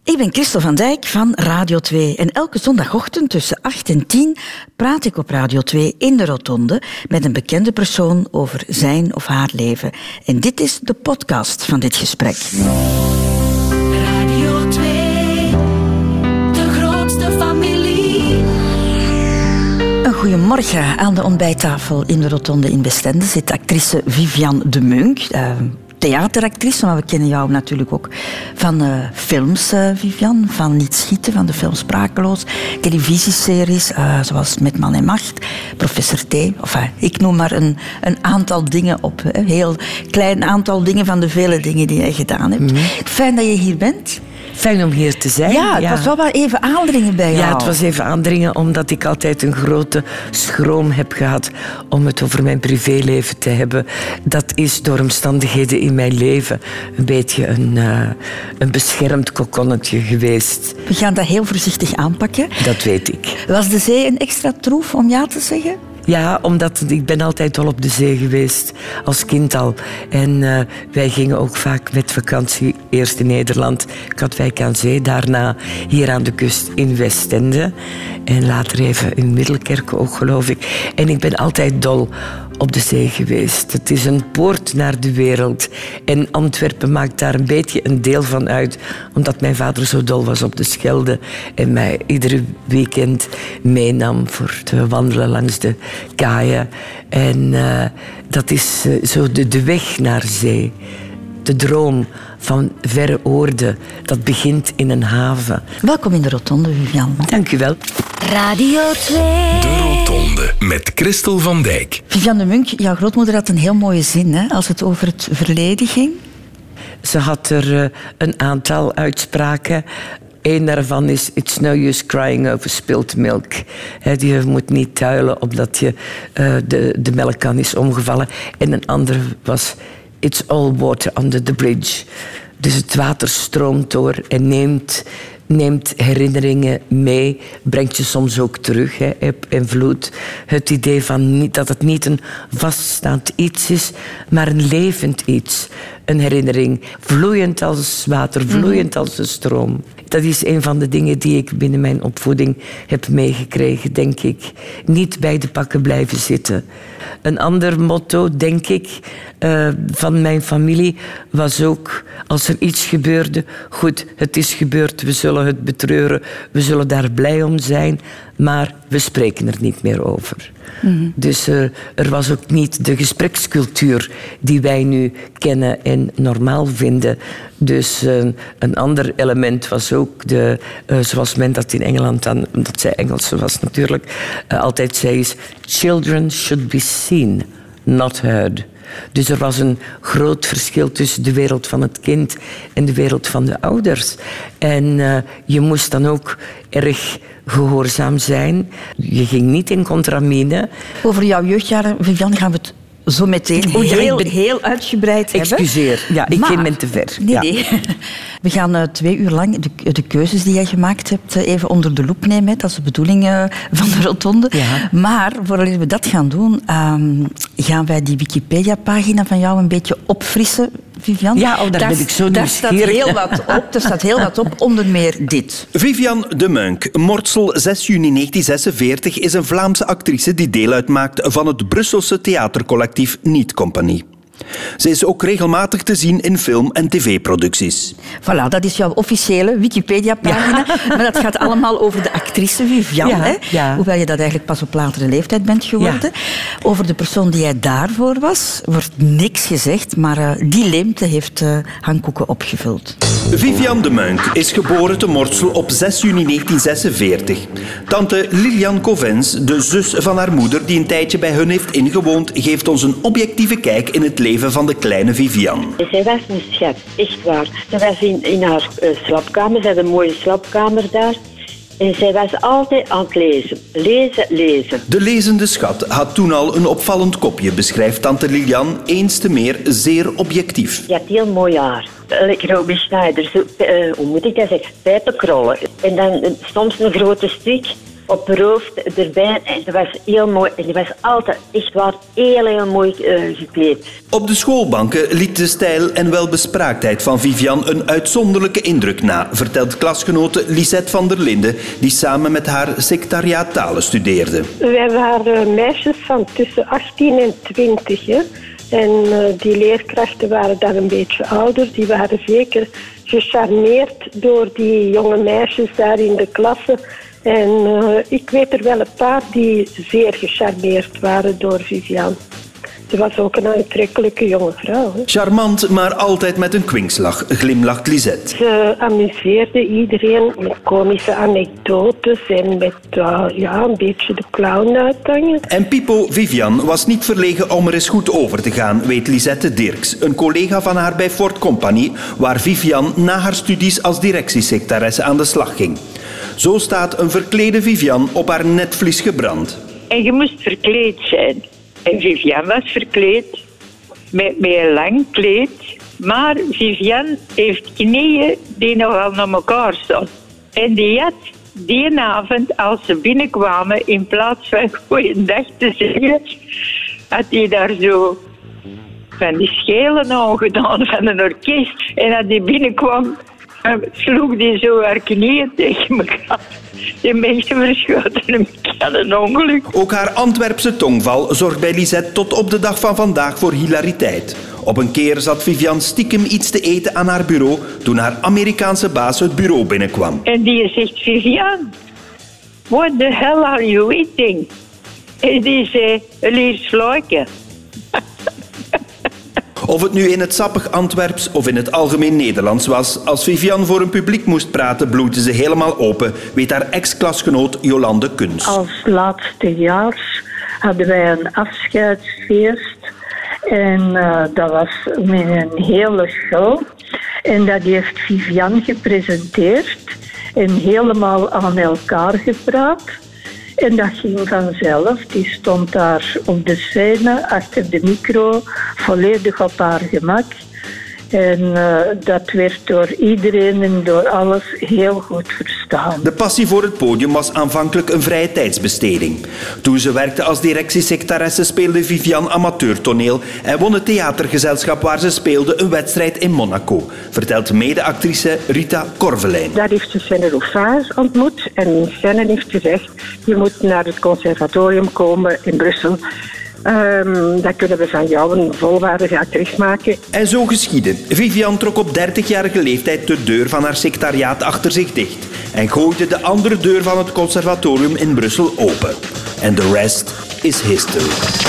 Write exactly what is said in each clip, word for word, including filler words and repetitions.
Ik ben Christel van Dijk van Radio twee en elke zondagochtend tussen acht en tien praat ik op Radio twee in de Rotonde met een bekende persoon over zijn of haar leven. En dit is de podcast van dit gesprek. Radio twee, de grootste familie. Een goeiemorgen. Aan de ontbijttafel in de Rotonde in Westende zit actrice Viviane de Munk. Uh, theateractrice, maar we kennen jou natuurlijk ook van uh, films, uh, Viviane. Van Niet Schieten, van de film Sprakeloos. Televisieseries, uh, zoals Met Man en Macht, Professor T. Of, uh, ik noem maar een, een aantal dingen op. Een heel klein aantal dingen van de vele dingen die jij gedaan hebt. Mm-hmm. Fijn dat je hier bent. Fijn om hier te zijn. Ja, het ja. was wel wat even aandringen bij jou. Ja, het was even aandringen omdat ik altijd een grote schroom heb gehad om het over mijn privéleven te hebben. Dat is door omstandigheden in mijn leven een beetje een, uh, een beschermd kokonnetje geweest. We gaan dat heel voorzichtig aanpakken. Dat weet ik. Was de zee een extra troef om ja te zeggen? Ja, omdat ik ben altijd wel op de zee geweest, als kind al. En uh, wij gingen ook vaak met vakantie, eerst in Nederland, Katwijk aan Zee, daarna hier aan de kust in Westende. En later even in Middelkerke ook, geloof ik. En ik ben altijd dol op de zee geweest. Het is een poort naar de wereld. En Antwerpen maakt daar een beetje een deel van uit, omdat mijn vader zo dol was op de Schelde en mij iedere weekend meenam voor te wandelen langs de kaaien. En uh, dat is uh, zo de, de weg naar zee. De droom van verre oorden, dat begint in een haven. Welkom in de Rotonde, Viviane. Dank u wel. Radio twee. De Rotonde met Christel van Dijk. Viviane de Munk, jouw grootmoeder had een heel mooie zin, hè, als het over het verleden ging. Ze had er uh, een aantal uitspraken. Eén daarvan is, it's no use crying over spilled milk. He, je moet niet huilen omdat je, uh, de, de melkkan is omgevallen. En een andere was, it's all water under the bridge. Dus het water stroomt door en neemt, neemt herinneringen mee, brengt je soms ook terug, hè, eb en vloed. Het idee van niet, dat het niet een vaststaand iets is, maar een levend iets. Een herinnering, vloeiend als water, vloeiend als de stroom. Dat is een van de dingen die ik binnen mijn opvoeding heb meegekregen, denk ik. Niet bij de pakken blijven zitten. Een ander motto, denk ik, uh, van mijn familie was ook, als er iets gebeurde, goed, het is gebeurd, we zullen het betreuren, we zullen daar blij om zijn, maar we spreken er niet meer over. Mm-hmm. Dus uh, er was ook niet de gesprekscultuur die wij nu kennen en normaal vinden. Dus uh, een ander element was ook, de, uh, zoals men dat in Engeland dan, omdat zij Engels was natuurlijk, uh, altijd zei is, children should be seen, not heard. Dus er was een groot verschil tussen de wereld van het kind en de wereld van de ouders. En uh, je moest dan ook erg gehoorzaam zijn. Je ging niet in contramine. Over jouw jeugdjaren, Viviane, gaan we het zo meteen oh, ja, heel, ben... heel uitgebreid hebben. Excuseer, ja, ik maar, ging men te ver. Nee, ja. nee. We gaan uh, twee uur lang de, de keuzes die jij gemaakt hebt uh, even onder de loep nemen. Dat is de bedoeling uh, van de Rotonde. Ja. Maar voordat we dat gaan doen, um, gaan wij die Wikipedia-pagina van jou een beetje opfrissen, Viviane. Ja, oh, daar, daar ben ik zo Daar staat heel wat op. Er staat heel wat op, onder meer dit. Viviane de Munk, Mortsel, zes juni negentien zesenveertig, is een Vlaamse actrice die deel uitmaakt van het Brusselse theatercollectief Niet Compagnie. Ze is ook regelmatig te zien in film- en tv-producties. Voilà, dat is jouw officiële Wikipedia-pagina. Ja. Maar dat gaat allemaal over de actrice Viviane. Ja, hè? ja. Hoewel je dat eigenlijk pas op latere leeftijd bent geworden. Ja. Over de persoon die jij daarvoor was, wordt niks gezegd. Maar uh, die leemte heeft uh, hangkoeken opgevuld. Viviane de Munk is geboren te Mortsel op zes juni negentien zesenveertig. Tante Liliane Covens, de zus van haar moeder die een tijdje bij hun heeft ingewoond, geeft ons een objectieve kijk in het leven van de kleine Viviane. Zij was een schat, echt waar. Ze was in, in haar uh, slaapkamer, ze had een mooie slaapkamer daar. En zij was altijd aan het lezen. Lezen, lezen. De lezende schat had toen al een opvallend kopje, beschrijft tante Liliane eens te meer zeer objectief. Je had heel mooi haar. Like Romy Schneider, zo, uh, hoe moet ik dat zeggen? Pijpenkrollen. En dan uh, soms een grote stuk op haar hoofd erbij. En dat was heel mooi. En die was altijd echt waar heel, heel mooi uh, gekleed. Op de schoolbanken liet de stijl en welbespraaktheid van Vivian een uitzonderlijke indruk na, vertelt klasgenote Lisette van der Linden, die samen met haar secretariaat talen studeerde. Wij waren meisjes van tussen achttien en twintig. Hè? En uh, die leerkrachten waren dan een beetje ouder. Die waren zeker gecharmeerd door die jonge meisjes daar in de klasse. En uh, ik weet er wel een paar die zeer gecharmeerd waren door Vivian. Ze was ook een aantrekkelijke jonge vrouw. Hè. Charmant, maar altijd met een kwinkslag, glimlacht Lisette. Ze amuseerde iedereen met komische anekdotes en met uh, ja, een beetje de clown uithangen. En Pipo Vivian was niet verlegen om er eens goed over te gaan, weet Lisette Dirks, een collega van haar bij Ford Company, waar Vivian na haar studies als directiesecretaresse aan de slag ging. Zo staat een verklede Vivian op haar netvlies gebrand. En je moest verkleed zijn. En Vivian was verkleed met, met een lang kleed. Maar Vivian heeft knieën die nogal naar elkaar staan. En die had die avond, als ze binnenkwamen, in plaats van goeiedag te zeggen, had hij daar zo van die schelen aangedaan van een orkest. En als die binnenkwam, sloeg die zo haar knieën tegen elkaar. De mensen verschoten hem aan een ongeluk. Ook haar Antwerpse tongval zorgt bij Lisette tot op de dag van vandaag voor hilariteit. Op een keer zat Vivian stiekem iets te eten aan haar bureau toen haar Amerikaanse baas het bureau binnenkwam. En die zegt, Vivian, what the hell are you eating? En die zei, lief sluiken. Of het nu in het sappig Antwerps of in het algemeen Nederlands was, als Vivian voor een publiek moest praten, bloedde ze helemaal open, weet haar ex-klasgenoot Jolande Kunz. Als laatste jaar hadden wij een afscheidsfeest en uh, dat was met een hele show. En dat heeft Vivian gepresenteerd en helemaal aan elkaar gepraat. En dat ging vanzelf. Die stond daar op de scène, achter de micro, volledig op haar gemak. En uh, dat werd door iedereen en door alles heel goed verstaan. De passie voor het podium was aanvankelijk een vrije tijdsbesteding. Toen ze werkte als directiesecretaresse speelde Vivian amateurtoneel en won het theatergezelschap waar ze speelde een wedstrijd in Monaco, vertelt mede-actrice Rita Korvelijn. Daar heeft ze Senne Rouffage ontmoet en Senne heeft gezegd, je moet naar het conservatorium komen in Brussel. Um, dan kunnen we van jou een volwaardige actrice maken. En zo geschiedde. Vivian trok op dertigjarige leeftijd de deur van haar secretariaat achter zich dicht en gooide de andere deur van het conservatorium in Brussel open. En de rest is history.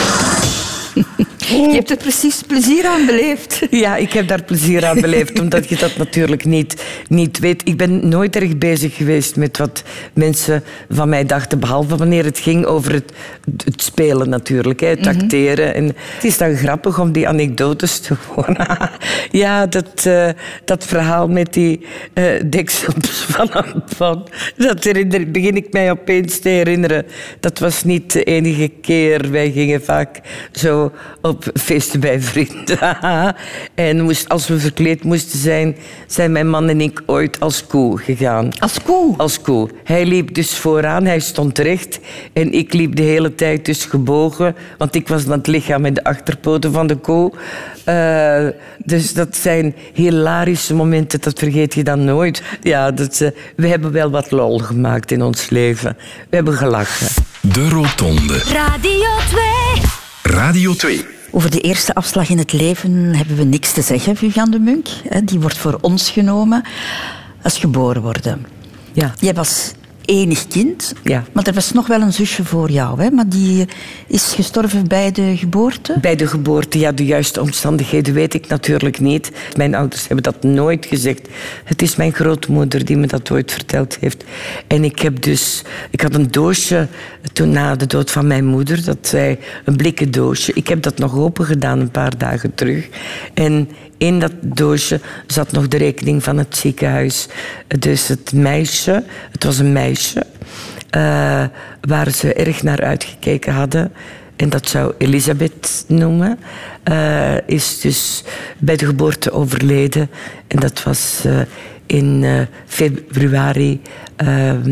Je hebt er precies plezier aan beleefd. Ja, ik heb daar plezier aan beleefd, omdat je dat natuurlijk niet, niet weet. Ik ben nooit erg bezig geweest met wat mensen van mij dachten, behalve wanneer het ging over het, het spelen natuurlijk, het mm-hmm. acteren. En het is dan grappig om die anekdotes te horen. Ja, dat, uh, dat verhaal met die uh, deksels van, van dat herinner, begin ik mij opeens te herinneren. Dat was niet de enige keer. Wij gingen vaak zo op feesten bij vrienden. En moest, als we verkleed moesten zijn, zijn mijn man en ik ooit als koe gegaan. Als koe? Als koe. Hij liep dus vooraan, hij stond recht. En ik liep de hele tijd dus gebogen, want ik was dan het lichaam en de achterpoten van de koe. Uh, dus dat zijn hilarische momenten, dat vergeet je dan nooit. Ja, dat, uh, we hebben wel wat lol gemaakt in ons leven. We hebben gelachen. De Rotonde. Radio twee. Radio twee. Over de eerste afslag in het leven hebben we niks te zeggen, Vivian de Munk. Die wordt voor ons genomen als geboren worden. Ja. Jij was enig kind, ja. Maar er was nog wel een zusje voor jou, hè? Maar die is gestorven bij de geboorte? Bij de geboorte, ja, de juiste omstandigheden weet ik natuurlijk niet. Mijn ouders hebben dat nooit gezegd. Het is mijn grootmoeder die me dat ooit verteld heeft. En ik heb dus... Ik had een doosje toen na de dood van mijn moeder, dat zei een blikken doosje. Ik heb dat nog open gedaan een paar dagen terug. En in dat doosje zat nog de rekening van het ziekenhuis. Dus het meisje, het was een meisje, uh, waar ze erg naar uitgekeken hadden. En dat zou Elisabeth noemen. Uh, is dus bij de geboorte overleden. En dat was uh, in uh, februari uh,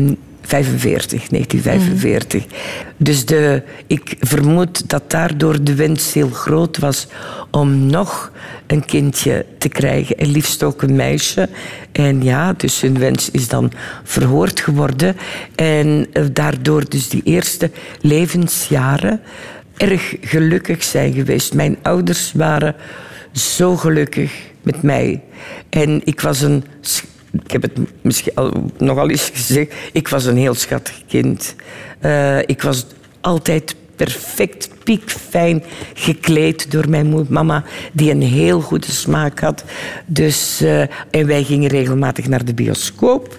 vijfenveertig, negentien vijfenveertig. Mm. Dus de, ik vermoed dat daardoor de wens heel groot was om nog een kindje te krijgen. En liefst ook een meisje. En ja, dus hun wens is dan verhoord geworden. En daardoor dus die eerste levensjaren erg gelukkig zijn geweest. Mijn ouders waren zo gelukkig met mij. En ik was een... Ik heb het misschien al, nogal eens gezegd. Ik was een heel schattig kind. Uh, ik was altijd perfect, piekfijn gekleed door mijn moeder, mama, die een heel goede smaak had. Dus, uh, en wij gingen regelmatig naar de bioscoop.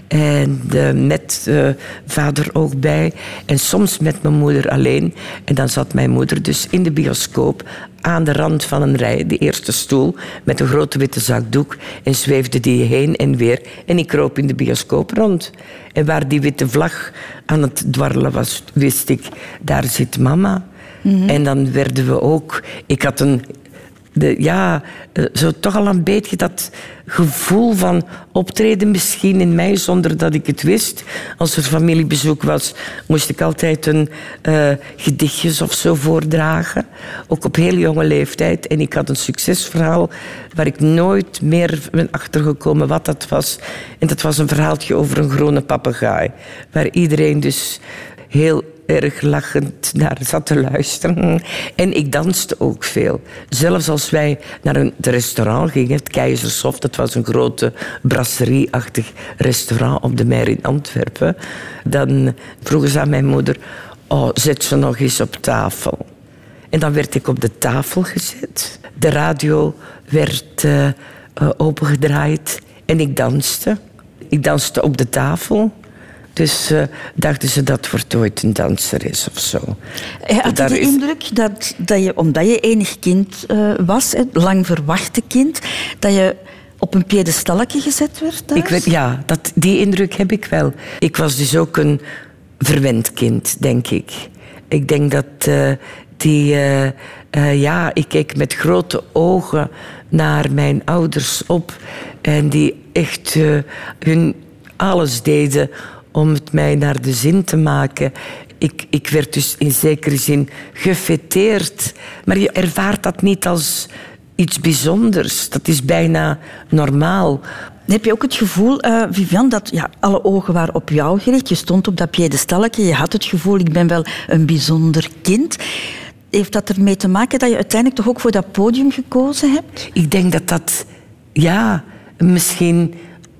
En uh, met uh, vader ook bij. En soms met mijn moeder alleen. En dan zat mijn moeder dus in de bioscoop aan de rand van een rij, de eerste stoel, met een grote witte zakdoek. En zweefde die heen en weer. En ik kroop in de bioscoop rond. En waar die witte vlag aan het dwarrelen was, wist ik, daar zit mama. Mm-hmm. En dan werden we ook... Ik had een... De, ja, zo toch al een beetje dat gevoel van optreden misschien in mij, zonder dat ik het wist. Als er familiebezoek was, moest ik altijd een uh, gedichtjes of zo voordragen. Ook op heel jonge leeftijd. En ik had een succesverhaal waar ik nooit meer ben achtergekomen wat dat was. En dat was een verhaaltje over een groene papegaai. Waar iedereen dus heel erg lachend naar zat te luisteren. En ik danste ook veel. Zelfs als wij naar een restaurant gingen, het Keizershof, dat was een grote brasserie-achtig restaurant op de Meer in Antwerpen, dan vroegen ze aan mijn moeder, oh, zet ze nog eens op tafel. En dan werd ik op de tafel gezet. De radio werd uh, uh, opengedraaid en ik danste. Ik danste op de tafel. Dus uh, dachten ze dat wordt ooit een danser is of zo. Had je de is... indruk dat, dat je, omdat je enig kind uh, was, het lang verwachte kind, dat je op een piedestalletje gezet werd thuis? Ik weet, ja, dat, die indruk heb ik wel. Ik was dus ook een verwend kind, denk ik. Ik denk dat uh, die... Uh, uh, ja, ik keek met grote ogen naar mijn ouders op en die echt uh, hun alles deden om het mij naar de zin te maken. Ik, ik werd dus in zekere zin gefêteerd. Maar je ervaart dat niet als iets bijzonders. Dat is bijna normaal. Heb je ook het gevoel, uh, Viviane, dat ja, alle ogen waren op jou gericht? Je stond op dat piedestalletje, je had het gevoel, ik ben wel een bijzonder kind. Heeft dat ermee te maken dat je uiteindelijk toch ook voor dat podium gekozen hebt? Ik denk dat dat, ja, misschien...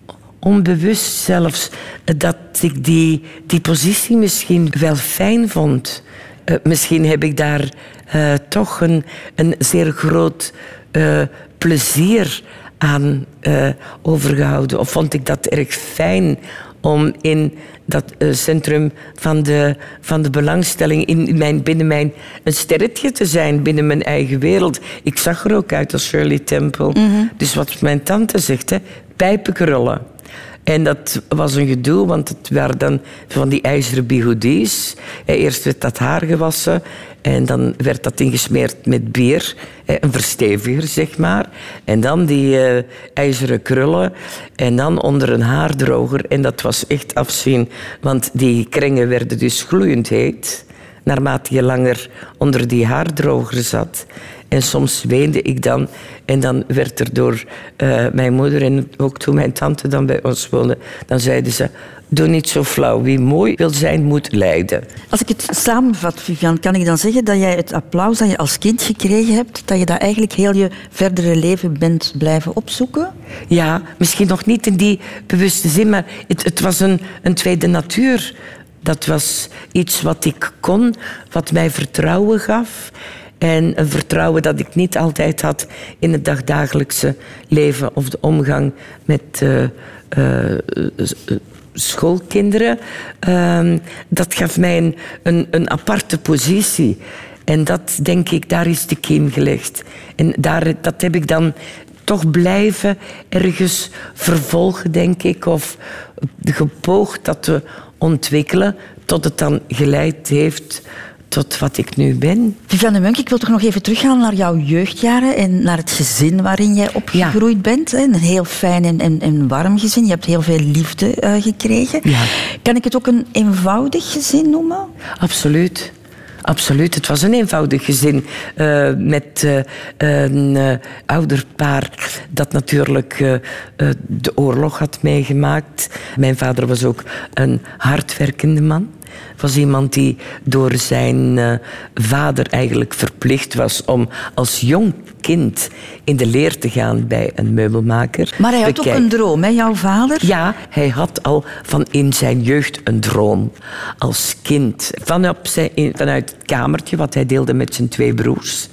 onbewust zelfs, dat ik die, die positie misschien wel fijn vond. Uh, misschien heb ik daar uh, toch een, een zeer groot uh, plezier aan uh, overgehouden. Of vond ik dat erg fijn om in dat uh, centrum van de, van de belangstelling in mijn, binnen mijn een sterretje te zijn, binnen mijn eigen wereld. Ik zag er ook uit als Shirley Temple. Mm-hmm. Dus wat mijn tante zegt, hè, pijpenkrullen. En dat was een gedoe, want het waren dan van die ijzeren bigoudis. Eerst werd dat haar gewassen en dan werd dat ingesmeerd met bier. Een versteviger, zeg maar. En dan die uh, ijzeren krullen en dan onder een haardroger. En dat was echt afzien, want die krengen werden dus gloeiend heet, naarmate je langer onder die haardroger zat. En soms weende ik dan. En dan werd er door uh, mijn moeder en ook toen mijn tante dan bij ons woonde, dan zeiden ze, doe niet zo flauw. Wie mooi wil zijn, moet lijden. Als ik het samenvat, Viviane, kan ik dan zeggen dat jij het applaus dat je als kind gekregen hebt, dat je dat eigenlijk heel je verdere leven bent blijven opzoeken? Ja, misschien nog niet in die bewuste zin, maar het, het was een, een tweede natuur. Dat was iets wat ik kon, wat mij vertrouwen gaf. En een vertrouwen dat ik niet altijd had in het dagdagelijkse leven of de omgang met uh, uh, schoolkinderen. Uh, dat gaf mij een, een, een aparte positie. En dat, denk ik, daar is de kiem gelegd. En daar, dat heb ik dan toch blijven ergens vervolgen, denk ik. Of gepoogd dat te ontwikkelen tot het dan geleid heeft tot wat ik nu ben. Viviane de Munk, ik wil toch nog even teruggaan naar jouw jeugdjaren en naar het gezin waarin jij opgegroeid ja. bent. Hè? Een heel fijn en, en, en warm gezin. Je hebt heel veel liefde uh, gekregen. Ja. Kan ik het ook een eenvoudig gezin noemen? Absoluut. Absoluut. Het was een eenvoudig gezin uh, met uh, een uh, ouderpaar dat natuurlijk uh, uh, de oorlog had meegemaakt. Mijn vader was ook een hardwerkende man. Was iemand die door zijn uh, vader eigenlijk verplicht was om als jong kind in de leer te gaan bij een meubelmaker. Maar hij had Bekijk... ook een droom, hè, jouw vader? Ja, hij had al van in zijn jeugd een droom. Als kind. Vanaf zijn, vanuit het kamertje wat hij deelde met zijn twee broers,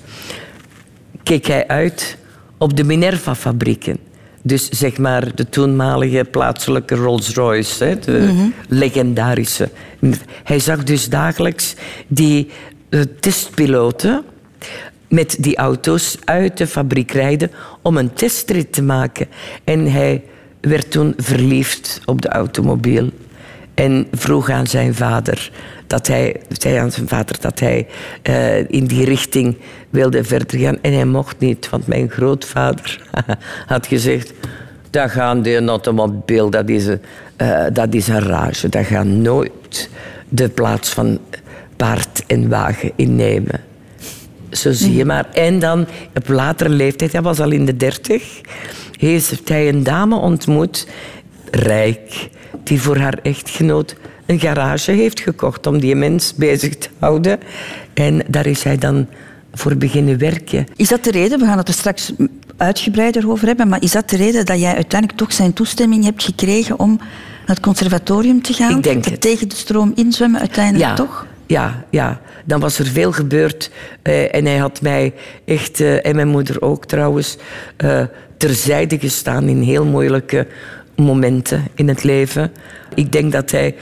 keek hij uit op de Minerva-fabrieken. Dus zeg maar de toenmalige plaatselijke Rolls-Royce, hè, de mm-hmm. legendarische. Hij zag dus dagelijks die uh, testpiloten met die auto's uit de fabriek rijden om een testrit te maken. En hij werd toen verliefd op de automobiel. En vroeg aan zijn vader dat hij, zei aan zijn vader dat hij uh, in die richting wilde verder gaan. En hij mocht niet, want mijn grootvader had gezegd: dat gaan die automobiel, dat is, een, uh, dat is een rage. Dat gaat nooit de plaats van paard en wagen innemen. Zo zie je maar. En dan op latere leeftijd, hij was al in de dertig, heeft hij een dame ontmoet, rijk, die voor haar echtgenoot een garage heeft gekocht om die mens bezig te houden. En daar is hij dan voor beginnen werken. Is dat de reden, we gaan het er straks uitgebreider over hebben, maar is dat de reden dat jij uiteindelijk toch zijn toestemming hebt gekregen om naar het conservatorium te gaan? Ik denk het. Tegen de stroom inzwemmen uiteindelijk ja. toch? Ja, ja, dan was er veel gebeurd. Uh, en hij had mij echt, uh, en mijn moeder ook trouwens, uh, terzijde gestaan in heel moeilijke momenten in het leven. Ik denk dat hij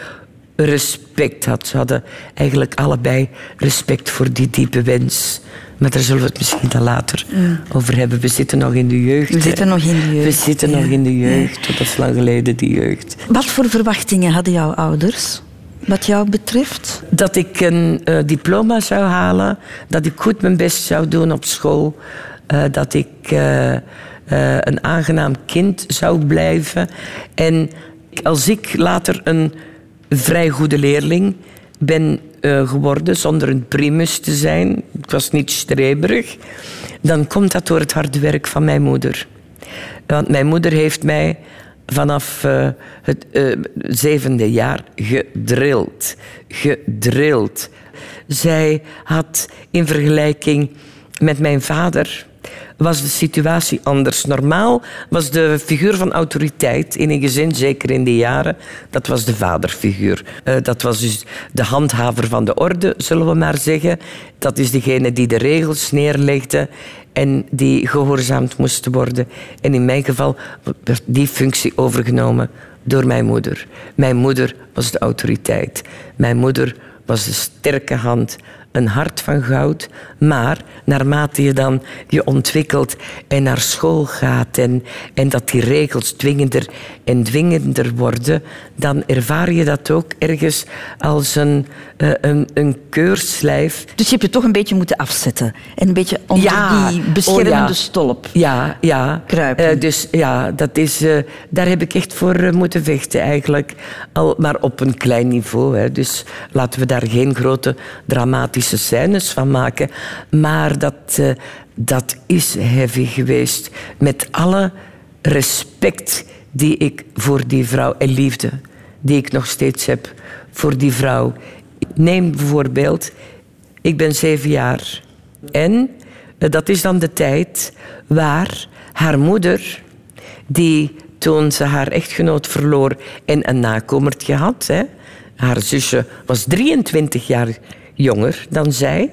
respect had. Ze hadden eigenlijk allebei respect voor die diepe wens. Maar daar zullen we het misschien dan later mm. over hebben. We zitten nog in de jeugd. We zitten nog in de jeugd. We zitten ja. nog in de jeugd. Ja. Dat is lang geleden, die jeugd. Wat voor verwachtingen hadden jouw ouders, wat jou betreft? Dat ik een uh, diploma zou halen. Dat ik goed mijn best zou doen op school. Uh, dat ik uh, uh, een aangenaam kind zou blijven. En als ik later een vrij goede leerling ben uh, geworden, zonder een primus te zijn, ik was niet streberig, dan komt dat door het harde werk van mijn moeder. Want mijn moeder heeft mij vanaf uh, het uh, zevende jaar gedrild. Gedrild. Zij had in vergelijking met mijn vader, was de situatie anders. Normaal was de figuur van autoriteit in een gezin, zeker in die jaren, dat was de vaderfiguur. Uh, dat was dus de handhaver van de orde, zullen we maar zeggen. Dat is degene die de regels neerlegde en die gehoorzaamd moest worden. En in mijn geval werd die functie overgenomen door mijn moeder. Mijn moeder was de autoriteit. Mijn moeder was de sterke hand, een hart van goud. Maar naarmate je dan je ontwikkelt en naar school gaat en, en dat die regels dwingender en dwingender worden, dan ervaar je dat ook ergens als een, uh, een, een keurslijf. Dus je hebt je toch een beetje moeten afzetten en een beetje onder ja, die beschermende oh ja. stolp ja, ja. kruipen. Uh, dus ja, dat is, uh, daar heb ik echt voor uh, moeten vechten eigenlijk. Al, maar op een klein niveau. Hè. Dus laten we daar geen grote dramatische scènes van maken. Maar dat, uh, dat is heavy geweest. Met alle respect die ik voor die vrouw en liefde die ik nog steeds heb voor die vrouw. Neem bijvoorbeeld, ik ben zeven jaar en uh, dat is dan de tijd waar haar moeder, die toen ze haar echtgenoot verloor en een nakomertje had, hè, haar zusje was drieëntwintig jaar jonger dan zij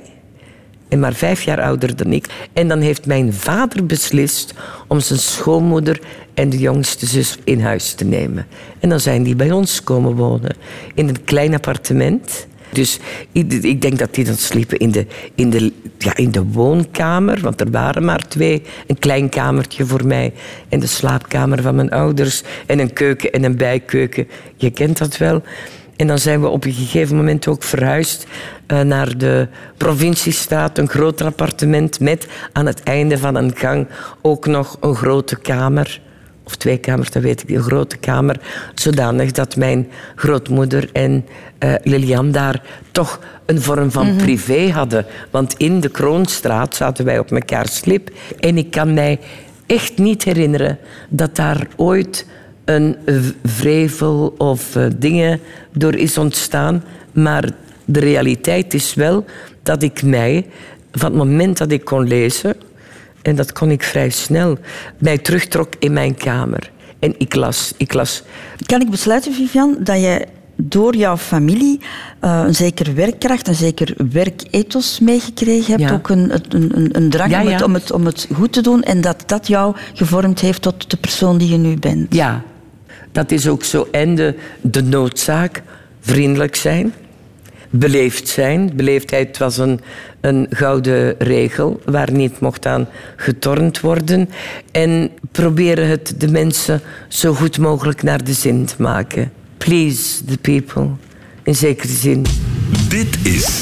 en maar vijf jaar ouder dan ik. En dan heeft mijn vader beslist om zijn schoonmoeder en de jongste zus in huis te nemen. En dan zijn die bij ons komen wonen in een klein appartement. Dus ik denk dat die dan sliepen in de, in, de, ja, in de woonkamer, want er waren maar twee. Een klein kamertje voor mij en de slaapkamer van mijn ouders en een keuken en een bijkeuken. Je kent dat wel. En dan zijn we op een gegeven moment ook verhuisd uh, naar de provinciestaat. Een groter appartement met aan het einde van een gang ook nog een grote kamer. Of twee kamers, dat weet ik, een grote kamer. Zodanig dat mijn grootmoeder en uh, Lilian daar toch een vorm van mm-hmm. privé hadden. Want in de Kroonstraat zaten wij op mekaars slip. En ik kan mij echt niet herinneren dat daar ooit een vrevel of uh, dingen door is ontstaan. Maar de realiteit is wel dat ik mij, van het moment dat ik kon lezen, en dat kon ik vrij snel, mij terugtrok in mijn kamer. En ik las, ik las. Kan ik besluiten, Vivian, dat je door jouw familie uh, een zeker werkkracht, een zeker werkethos meegekregen hebt? Ja. Ook een, een, een, een drang ja, ja. Om, het, om, het, om het goed te doen en dat dat jou gevormd heeft tot de persoon die je nu bent? Ja, dat is ook zo. En de, de noodzaak, vriendelijk zijn, beleefd zijn. Beleefdheid was een, een gouden regel waar niet mocht aan getornd worden. En proberen het de mensen zo goed mogelijk naar de zin te maken. Please the people, in zekere zin. Dit is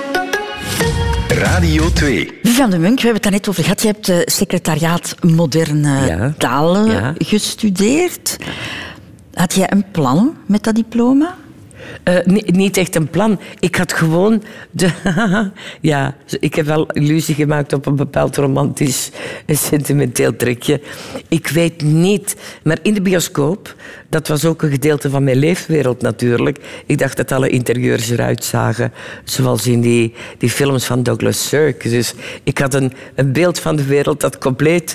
Radio twee. Vivian de Munk, we hebben het daar net over gehad. Je hebt uh, secretariaat moderne ja. talen ja. gestudeerd. Had jij een plan met dat diploma? Uh, niet, niet echt een plan. Ik had gewoon... De ja, ik heb wel illusie gemaakt op een bepaald romantisch en sentimenteel trekje. Ik weet niet... Maar in de bioscoop, dat was ook een gedeelte van mijn leefwereld natuurlijk. Ik dacht dat alle interieurs eruit zagen zoals in die, die films van Douglas Sirk. Dus ik had een, een beeld van de wereld dat compleet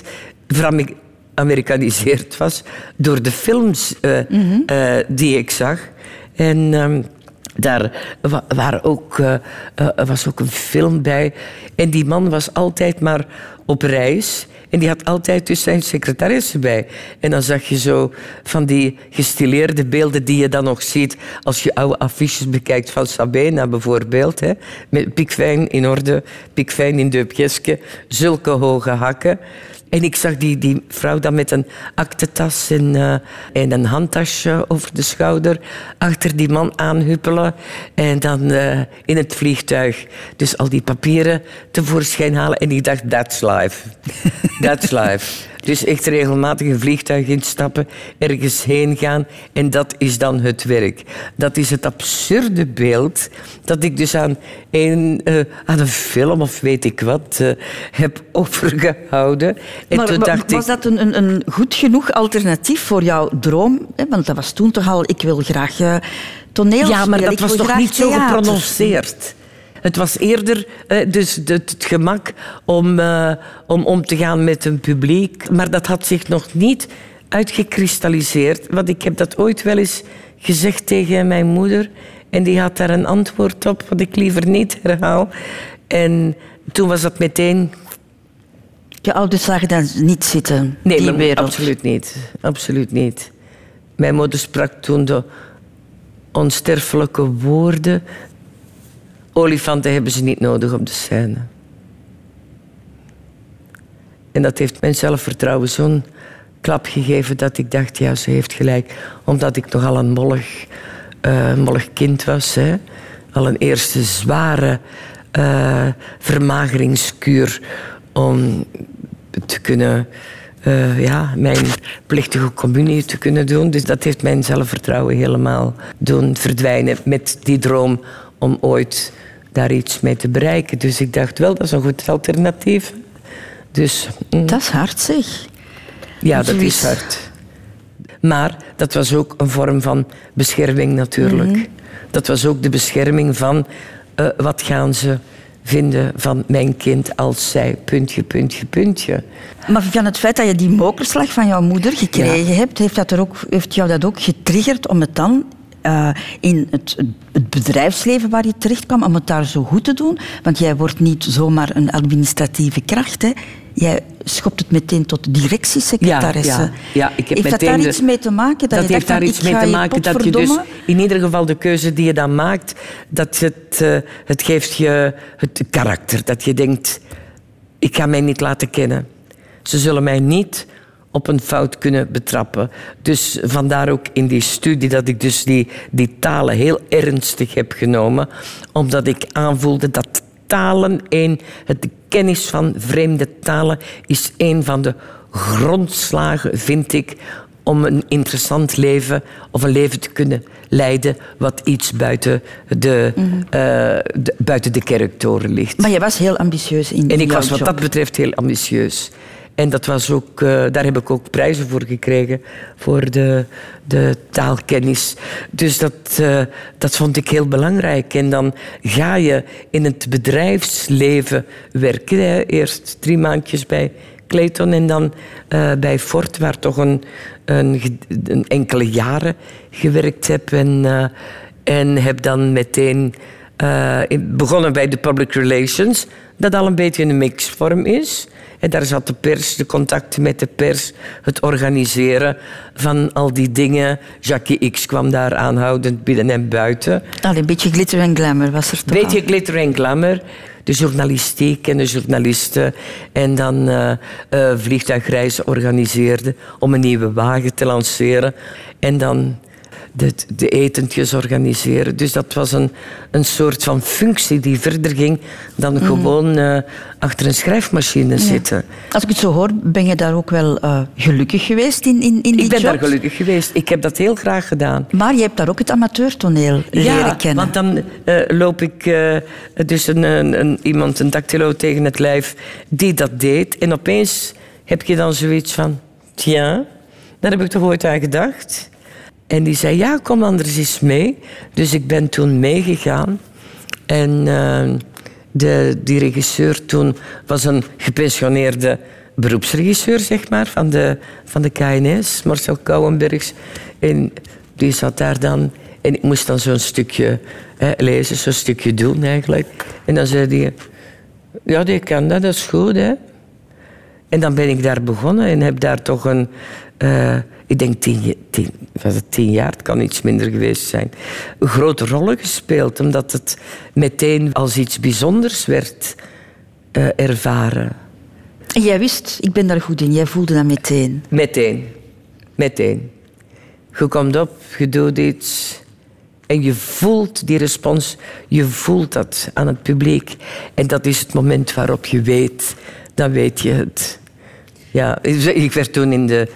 veramerikaniseerd was door de films uh, mm-hmm. uh, die ik zag. En um, daar wa- waren ook, uh, uh, was ook een film bij. En die man was altijd maar op reis. En die had altijd dus zijn secretaresse bij. En dan zag je zo van die gestileerde beelden die je dan nog ziet als je oude affiches bekijkt van Sabena bijvoorbeeld. Hè, met pikfijn in orde, pikfijn in deupjeske, zulke hoge hakken. En ik zag die, die vrouw dan met een aktentas en, uh, en een handtasje over de schouder achter die man aanhuppelen. En dan uh, in het vliegtuig dus al die papieren tevoorschijn halen. En ik dacht, that's life. That's life. Dus echt regelmatig een vliegtuig instappen, ergens heen gaan. En dat is dan het werk. Dat is het absurde beeld dat ik dus aan een, uh, aan een film of weet ik wat uh, heb overgehouden. En maar toen was dacht ik, dat een, een, een goed genoeg alternatief voor jouw droom? Want dat was toen toch al, ik wil graag uh, toneel spelen. Ja, maar dat ik was wil toch niet theater. zo geprononceerd. Het was eerder uh, dus het, het gemak om, uh, om om te gaan met een publiek. Maar dat had zich nog niet uitgekristalliseerd. Want ik heb dat ooit wel eens gezegd tegen mijn moeder. En die had daar een antwoord op, wat ik liever niet herhaal. En toen was dat meteen... Je ouders zagen dat niet zitten, nee, die maar, wereld? absoluut niet. Absoluut niet. Mijn moeder sprak toen de onsterfelijke woorden... Olifanten hebben ze niet nodig op de scène. En dat heeft mijn zelfvertrouwen zo'n klap gegeven dat ik dacht, ja, ze heeft gelijk. Omdat ik nogal een mollig, uh, mollig kind was. Hè. Al een eerste zware uh, vermageringskuur om te kunnen... Uh, ja, mijn plichtige communie te kunnen doen. Dus dat heeft mijn zelfvertrouwen helemaal doen verdwijnen met die droom om ooit daar iets mee te bereiken. Dus ik dacht wel, dat is een goed alternatief. Dus, mm. Dat is hard, zeg. Ja, dat is hard. Maar dat was ook een vorm van bescherming natuurlijk. Mm-hmm. Dat was ook de bescherming van uh, wat gaan ze vinden van mijn kind als zij puntje, puntje, puntje. Maar van het feit dat je die mokerslag van jouw moeder gekregen ja. hebt, heeft, dat er ook, heeft jou dat ook getriggerd om het dan uh, in het, het bedrijfsleven waar je terecht kwam, om het daar zo goed te doen? Want jij wordt niet zomaar een administratieve kracht, hè. Jij schopt het meteen tot directiesecretaresse. Ja, ja, ja, ik heb heeft dat daar de, iets mee te maken? Dat, dat je heeft dacht daar van, iets mee te maken dat je dus in ieder geval de keuze die je dan maakt, dat het, uh, het geeft je het karakter. Dat je denkt, ik ga mij niet laten kennen. Ze zullen mij niet op een fout kunnen betrappen. Dus vandaar ook in die studie dat ik dus die, die talen heel ernstig heb genomen, omdat ik aanvoelde dat talen, een, het kennis van vreemde talen, is een van de grondslagen, vind ik, om een interessant leven of een leven te kunnen leiden wat iets buiten de, mm-hmm. uh, de, buiten de kerktoren ligt. Maar je was heel ambitieus in, in En ik was job. wat dat betreft heel ambitieus. En dat was ook, uh, daar heb ik ook prijzen voor gekregen, voor de, de taalkennis. Dus dat, uh, dat vond ik heel belangrijk. En dan ga je in het bedrijfsleven werken. Hè. Eerst drie maandjes bij Clayton en dan uh, bij Ford, waar toch een, een, een enkele jaren gewerkt heb. En, uh, en heb dan meteen uh, begonnen bij de public relations, dat al een beetje een mixvorm is. En daar zat de pers, de contacten met de pers, het organiseren van al die dingen. Jackie X kwam daar aanhoudend binnen en buiten. Allee, een beetje glitter en glamour was er toch Een beetje al? glitter en glamour. De journalistiek en de journalisten. En dan uh, uh, vliegtuigreizen organiseerde om een nieuwe wagen te lanceren. En dan de, de etentjes organiseren. Dus dat was een, een soort van functie die verder ging dan mm. gewoon uh, achter een schrijfmachine ja. zitten. Als ik het zo hoor, ben je daar ook wel uh, gelukkig geweest in, in, in die Ik ben job? daar gelukkig geweest. Ik heb dat heel graag gedaan. Maar je hebt daar ook het amateurtoneel leren ja, kennen. want dan uh, loop ik uh, dus een, een, een, iemand, een dactylo tegen het lijf die dat deed. En opeens heb je dan zoiets van, tja, daar heb ik toch ooit aan gedacht. En die zei, ja, kom anders eens mee. Dus ik ben toen meegegaan. En uh, de, die regisseur toen was een gepensioneerde beroepsregisseur, zeg maar, van de, van de K N S, Marcel Kouwenbergs. En die zat daar dan. En ik moest dan zo'n stukje hè, lezen, zo'n stukje doen eigenlijk. En dan zei hij, ja, die kan dat, dat is goed, hè. En dan ben ik daar begonnen en heb daar toch een... Uh, ik denk tien, tien, was het tien jaar, het kan iets minder geweest zijn. Een grote rollen gespeeld, omdat het meteen als iets bijzonders werd uh, ervaren. En jij wist, ik ben daar goed in, jij voelde dat meteen? Meteen. Meteen. Je komt op, je doet iets en je voelt die respons, je voelt dat aan het publiek. En dat is het moment waarop je weet, dan weet je het. Ja, ik werd toen in de...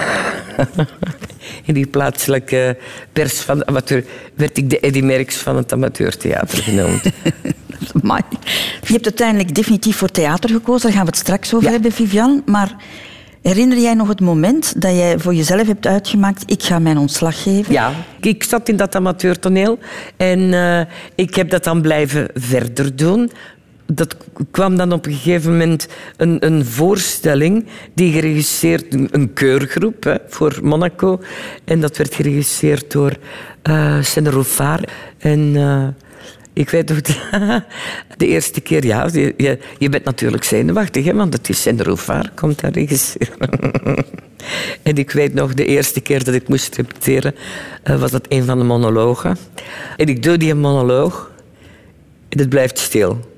in die plaatselijke pers van de amateur... werd ik de Eddy Merckx van het amateurtheater genoemd. Maar je hebt uiteindelijk definitief voor theater gekozen. Daar gaan we het straks over ja. hebben, Viviane. Maar herinner jij nog het moment dat jij voor jezelf hebt uitgemaakt... ik ga mijn ontslag geven? Ja, ik zat in dat amateurtoneel. En uh, ik heb dat dan blijven verder doen... Dat kwam dan op een gegeven moment een, een voorstelling die geregisseerd... Een keurgroep hè, voor Monaco. En dat werd geregisseerd door uh, Senne Rouffard. En uh, ik weet nog... De eerste keer, ja... Je, je bent natuurlijk zenuwachtig, hè, want het is Senne Rouffard, komt daar regisseren. En ik weet nog, de eerste keer dat ik moest repeteren... Uh, was dat een van de monologen. En ik doe die monoloog en het blijft stil.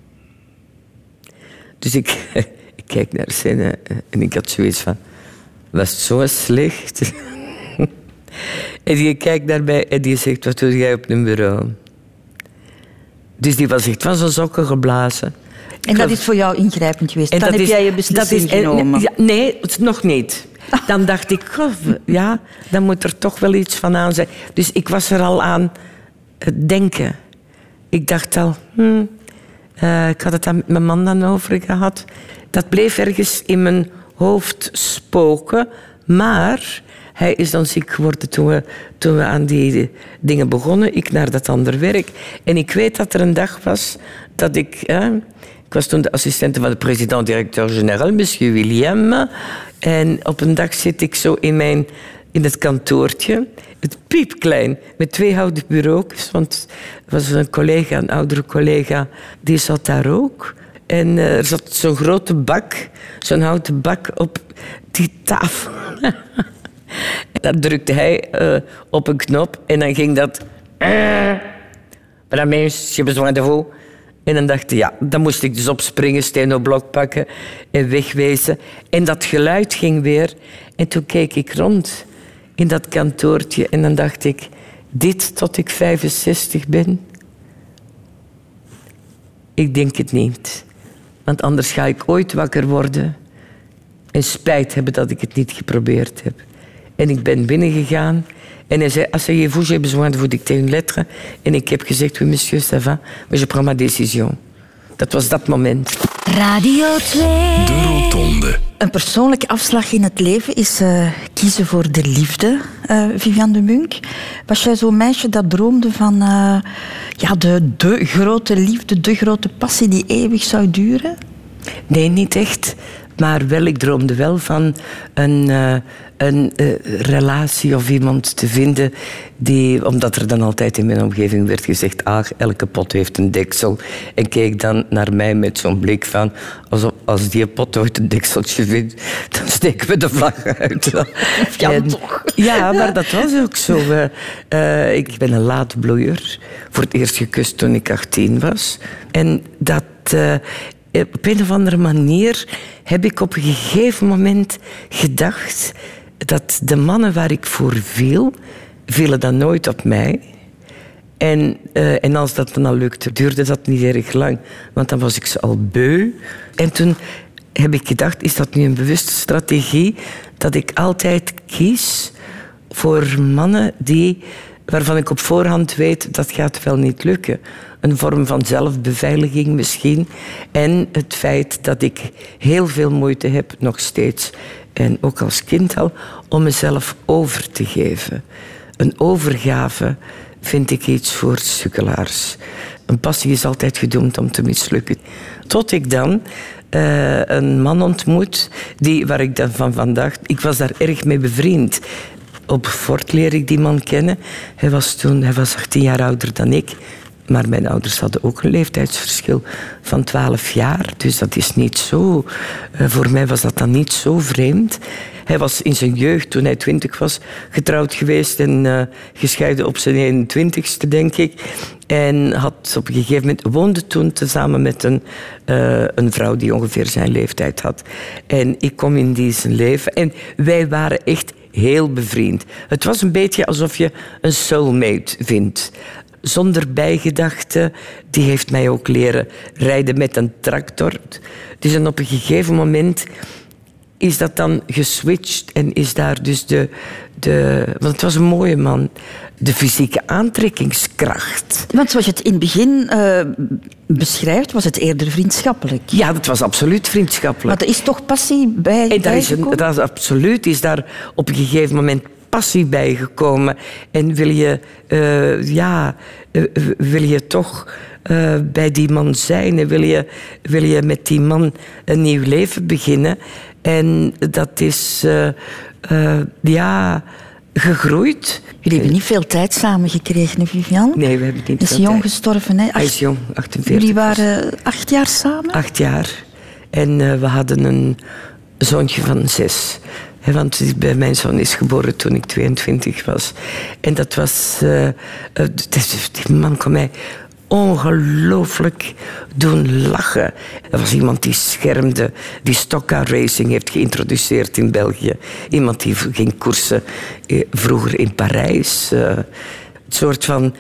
Dus ik, ik kijk naar Senne en ik had zoiets van... Was het zo slecht? En die kijkt daarbij en die zegt... Wat doe jij op een bureau? Dus die was echt van zijn sokken geblazen. En dat is voor jou ingrijpend geweest? En Dan heb is, jij je beslissing is, genomen? Ja, nee, nog niet. Dan dacht ik... Goh, ja, dan moet er toch wel iets van aan zijn. Dus ik was er al aan het denken. Ik dacht al... Hmm, Uh, ik had het daar met mijn man dan over gehad. Dat bleef ergens in mijn hoofd spoken. Maar hij is dan ziek geworden toen we, toen we aan die dingen begonnen. Ik naar dat ander werk. En ik weet dat er een dag was dat ik... Eh, ik was toen de assistente van de president-directeur-generaal, monsieur William. En op een dag zit ik zo in, mijn, in het kantoortje... Het piepklein, met twee houten bureaus. Want er was een collega, een oudere collega, die zat daar ook. En uh, er zat zo'n grote bak, zo'n houten bak op die tafel. Dan drukte hij uh, op een knop en dan ging dat... Uh, Madame, j'ai besoin de vous. En dan dacht ik, ja, dan moest ik dus opspringen, steno-blok pakken en wegwezen. En dat geluid ging weer. En toen keek ik rond in dat kantoortje en dan dacht ik, dit tot ik vijfenzestig ben? Ik denk het niet. Want anders ga ik ooit wakker worden en spijt hebben dat ik het niet geprobeerd heb. En ik ben binnengegaan en hij zei, asseyez-vous, j'ai besoin de vous dicter une lettre. En ik heb gezegd, oui monsieur, ça va, mais je prends ma décision. Dat was dat moment. Radio twee. De Rotonde. Een persoonlijke afslag in het leven is uh, kiezen voor de liefde, uh, Viviane de Munk. Was jij zo'n meisje dat droomde van uh, ja, de, de grote liefde, de grote passie die eeuwig zou duren? Nee, niet echt. Maar wel, ik droomde wel van een, uh, een uh, relatie of iemand te vinden die, omdat er dan altijd in mijn omgeving werd gezegd, ah, elke pot heeft een deksel. En keek dan naar mij met zo'n blik van, alsof, als die pot ooit een dekseltje vindt, dan steken we de vlag uit. Ja, en, toch. Ja, maar dat was ook zo. Uh, uh, ik ben een late bloeier. Voor het eerst gekust toen ik achttien was. En dat... Uh, Op een of andere manier heb ik op een gegeven moment gedacht dat de mannen waar ik voor viel, vielen dan nooit op mij. En, uh, en als dat dan al lukte, duurde dat niet erg lang, want dan was ik ze al beu. En toen heb ik gedacht, is dat nu een bewuste strategie, dat ik altijd kies voor mannen die, waarvan ik op voorhand weet, dat gaat wel niet lukken. Een vorm van zelfbeveiliging misschien. En het feit dat ik heel veel moeite heb, nog steeds, en ook als kind al, om mezelf over te geven. Een overgave vind ik iets voor sukkelaars. Een passie is altijd gedoemd om te mislukken. Tot ik dan uh, een man ontmoet, die, waar ik dan van vandaag... Ik was daar erg mee bevriend. Op Fort leer ik die man kennen. Hij was toen hij was achttien jaar ouder dan ik. Maar mijn ouders hadden ook een leeftijdsverschil van twaalf jaar. Dus dat is niet zo... Uh, voor mij was dat dan niet zo vreemd. Hij was in zijn jeugd, toen hij twintig was, getrouwd geweest en uh, gescheiden op zijn eenentwintigste, denk ik. En had op een gegeven moment, woonde toen tezamen met een, uh, een vrouw die ongeveer zijn leeftijd had. En ik kom in die zijn leven en wij waren echt heel bevriend. Het was een beetje alsof je een soulmate vindt. Zonder bijgedachten. Die heeft mij ook leren rijden met een tractor. Dus en op een gegeven moment is dat dan geswitcht en is daar dus de, de... Want het was een mooie man. De fysieke aantrekkingskracht. Want zoals je het in het begin uh, beschrijft, was het eerder vriendschappelijk. Ja, dat was absoluut vriendschappelijk. Maar er is toch passie bij En daar is, een, dat is absoluut is daar op een gegeven moment passie bijgekomen. En wil je, uh, ja, uh, wil je toch uh, bij die man zijn en wil je, wil je met die man een nieuw leven beginnen. En dat is, uh, uh, ja, gegroeid. Jullie hebben niet veel tijd samen gekregen, hè, Viviane? Nee, we hebben niet Hij is veel jong tijd. gestorven, hè? Acht... Hij is jong, achtenveertig. Jullie waren acht jaar samen? Acht jaar. En uh, we hadden een zoontje van zes. He, want mijn zoon is geboren toen ik tweeëntwintig was. En dat was... Uh, uh, die man kon mij ongelooflijk doen lachen. Er was iemand die schermde, die stockcar racing heeft geïntroduceerd in België. Iemand die ging koersen vroeger in Parijs. Uh, het soort van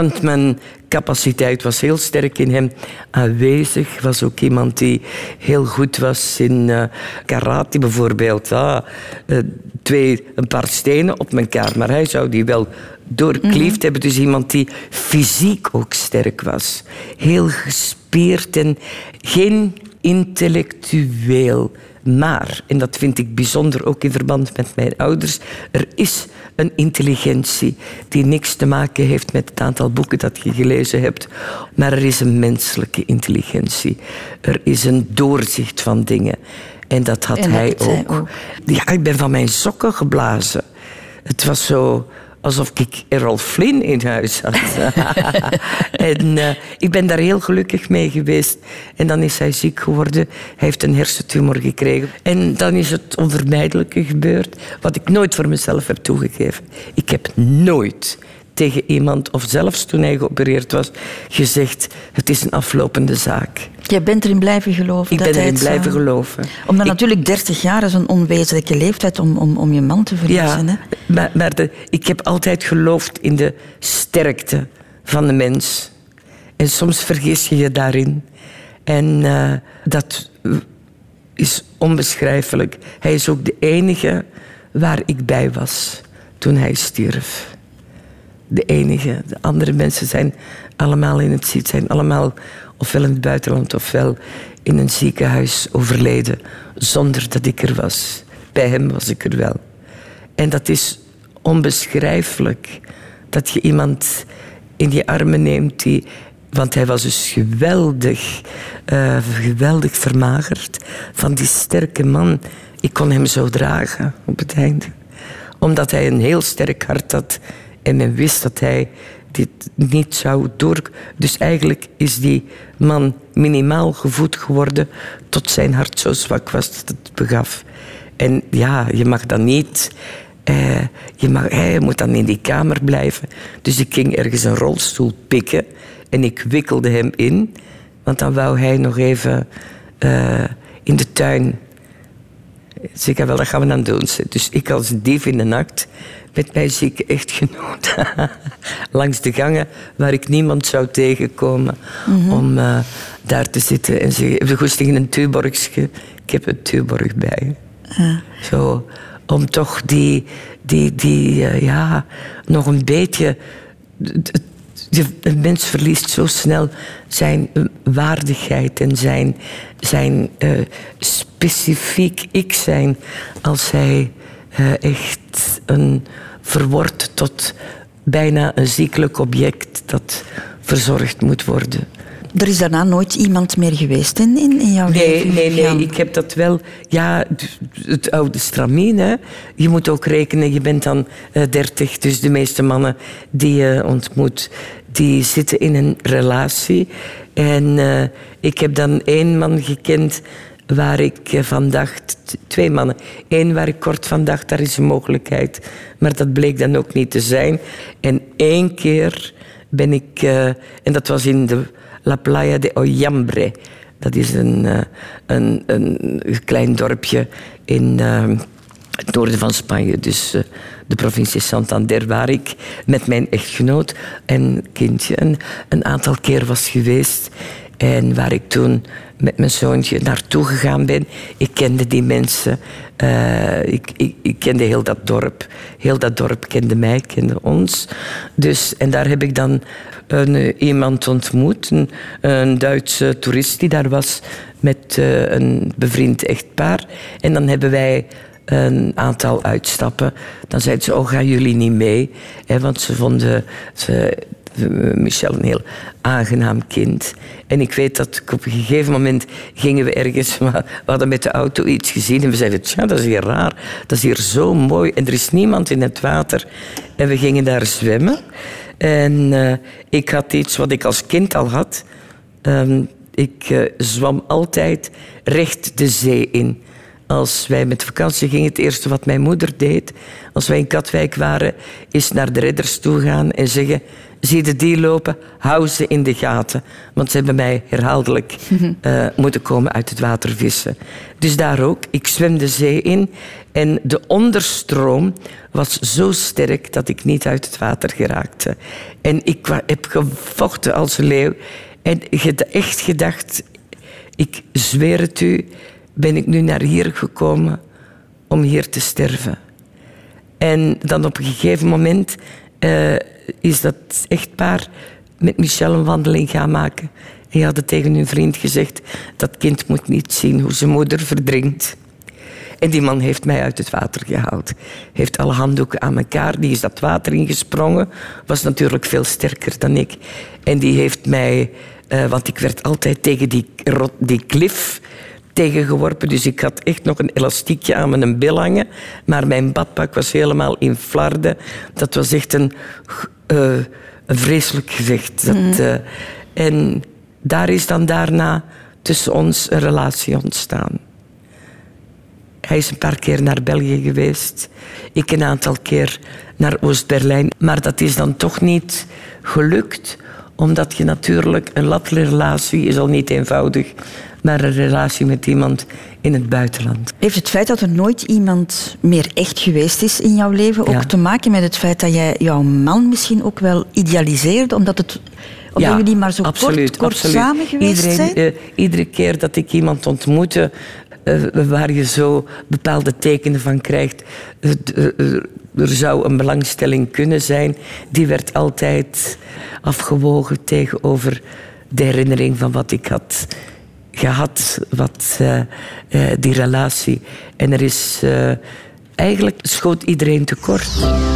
stuntman-capaciteit was heel sterk in hem aanwezig. Was ook iemand die heel goed was in uh, karate bijvoorbeeld. Ah, uh, twee, een paar stenen op elkaar, maar hij zou die wel doorkliefd mm-hmm. hebben. Dus iemand die fysiek ook sterk was. Heel gespierd en geen intellectueel. Maar, en dat vind ik bijzonder ook in verband met mijn ouders, er is een intelligentie die niks te maken heeft met het aantal boeken dat je gelezen hebt. Maar er is een menselijke intelligentie. Er is een doorzicht van dingen. En dat had en hij, dat ook. ook. Ja, ik ben van mijn sokken geblazen. Het was zo alsof ik Errol Flynn in huis had. en uh, ik ben daar heel gelukkig mee geweest. En dan is hij ziek geworden. Hij heeft een hersentumor gekregen. En dan is het onvermijdelijke gebeurd. Wat ik nooit voor mezelf heb toegegeven. Ik heb nooit tegen iemand, of zelfs toen hij geopereerd was, gezegd, het is een aflopende zaak. Jij bent erin blijven geloven? Ik dat ben erin het, blijven uh, geloven. Omdat ik, natuurlijk dertig jaar is een onwezenlijke leeftijd om, om, om je man te verliezen. Ja, hè? maar, maar de, ik heb altijd geloofd in de sterkte van de mens. En soms vergis je je daarin. En uh, dat is onbeschrijfelijk. Hij is ook de enige waar ik bij was toen hij stierf. De enige. De andere mensen zijn allemaal in het ziet, zijn allemaal ofwel in het buitenland ofwel in een ziekenhuis overleden, zonder dat ik er was. Bij hem was ik er wel. En dat is onbeschrijfelijk. Dat je iemand in je armen neemt die... Want hij was dus geweldig, uh, geweldig vermagerd. Van die sterke man. Ik kon hem zo dragen op het einde. Omdat hij een heel sterk hart had. En men wist dat hij dit niet zou door... Dus eigenlijk is die man minimaal gevoed geworden tot zijn hart zo zwak was dat het begaf. En ja, je mag dan niet... Uh, je mag, hij moet dan in die kamer blijven. Dus ik ging ergens een rolstoel pikken en ik wikkelde hem in. Want dan wou hij nog even uh, in de tuin. Dus ik zei, wel, dat gaan we dan doen. Dus ik als dief in de nacht met mijn zieke echtgenoot langs de gangen waar ik niemand zou tegenkomen, mm-hmm. om uh, daar te zitten en zeggen, heb je goesting in een Tuborgske? Ik heb een Tuborg bij. Uh. Zo, om toch die, die, die uh, ja, nog een beetje... Een mens verliest zo snel zijn waardigheid en zijn, zijn uh, specifiek ik zijn als hij uh, echt een, verwordt tot bijna een ziekelijk object dat verzorgd moet worden. Er is daarna nooit iemand meer geweest in, in, in jouw nee, leven? Nee, nee, ik heb dat wel... Ja, het oude stramien, hè. Je moet ook rekenen, je bent dan uh, dertig, dus de meeste mannen die je ontmoet, die zitten in een relatie. En uh, ik heb dan één man gekend waar ik uh, van dacht... Twee mannen. Eén waar ik kort van dacht, daar is een mogelijkheid. Maar dat bleek dan ook niet te zijn. En één keer ben ik... Uh, en dat was in de... La Playa de Oyambre. Dat is een, uh, een, een klein dorpje in uh, het noorden van Spanje. Dus uh, de provincie Santander, waar ik met mijn echtgenoot en kindje een, een aantal keer was geweest. En waar ik toen met mijn zoontje naartoe gegaan ben. Ik kende die mensen. Uh, ik, ik, ik kende heel dat dorp. Heel dat dorp kende mij, kende ons. Dus, en daar heb ik dan een, uh, iemand ontmoet. Een, een Duitse toerist die daar was met uh, een bevriend echtpaar. En dan hebben wij een aantal uitstappen. Dan zeiden ze, oh, gaan jullie niet mee? He, want ze vonden... Ze, Michel een heel aangenaam kind. En ik weet dat op een gegeven moment gingen we ergens... We hadden met de auto iets gezien en we zeiden... Tja, dat is hier raar. Dat is hier zo mooi. En er is niemand in het water. En we gingen daar zwemmen. En uh, ik had iets wat ik als kind al had. Um, ik uh, zwam altijd recht de zee in. Als wij met vakantie gingen, het eerste wat mijn moeder deed... als wij in Katwijk waren, is naar de redders toe gaan en zeggen... Zie je die lopen, hou ze in de gaten. Want ze hebben mij herhaaldelijk uh, moeten komen uit het water vissen. Dus daar ook. Ik zwem de zee in. En de onderstroom was zo sterk dat ik niet uit het water geraakte. En ik heb gevochten als een leeuw. En echt gedacht, ik zweer het u... ben ik nu naar hier gekomen om hier te sterven. En dan op een gegeven moment uh, is dat echtpaar met Michel een wandeling gaan maken. En die hadden tegen hun vriend gezegd, dat kind moet niet zien hoe zijn moeder verdrinkt. En die man heeft mij uit het water gehaald. Heeft alle handdoeken aan elkaar, die is dat water ingesprongen. Was natuurlijk veel sterker dan ik. En die heeft mij, uh, want ik werd altijd tegen die, die klif... tegengeworpen. Dus ik had echt nog een elastiekje aan mijn bil hangen. Maar mijn badpak was helemaal in flarden. Dat was echt een, uh, een vreselijk gevecht. Dat, uh, en daar is dan daarna tussen ons een relatie ontstaan. Hij is een paar keer naar België geweest. Ik een aantal keer naar Oost-Berlijn. Maar dat is dan toch niet gelukt. Omdat je natuurlijk... Een latrelatie is al niet eenvoudig. Maar een relatie met iemand in het buitenland. Heeft het feit dat er nooit iemand meer echt geweest is in jouw leven... ook Ja. te maken met het feit dat jij jouw man misschien ook wel idealiseerde? Omdat, het, omdat Ja, jullie maar zo absoluut, kort, kort absoluut. samen geweest Iedereen, zijn? eh, iedere keer dat ik iemand ontmoette... eh, waar je zo bepaalde tekenen van krijgt... eh, eh, er zou een belangstelling kunnen zijn... die werd altijd afgewogen tegenover de herinnering van wat ik had gehad. Wat eh, eh, die relatie. En er is... eh, eigenlijk schoot iedereen tekort.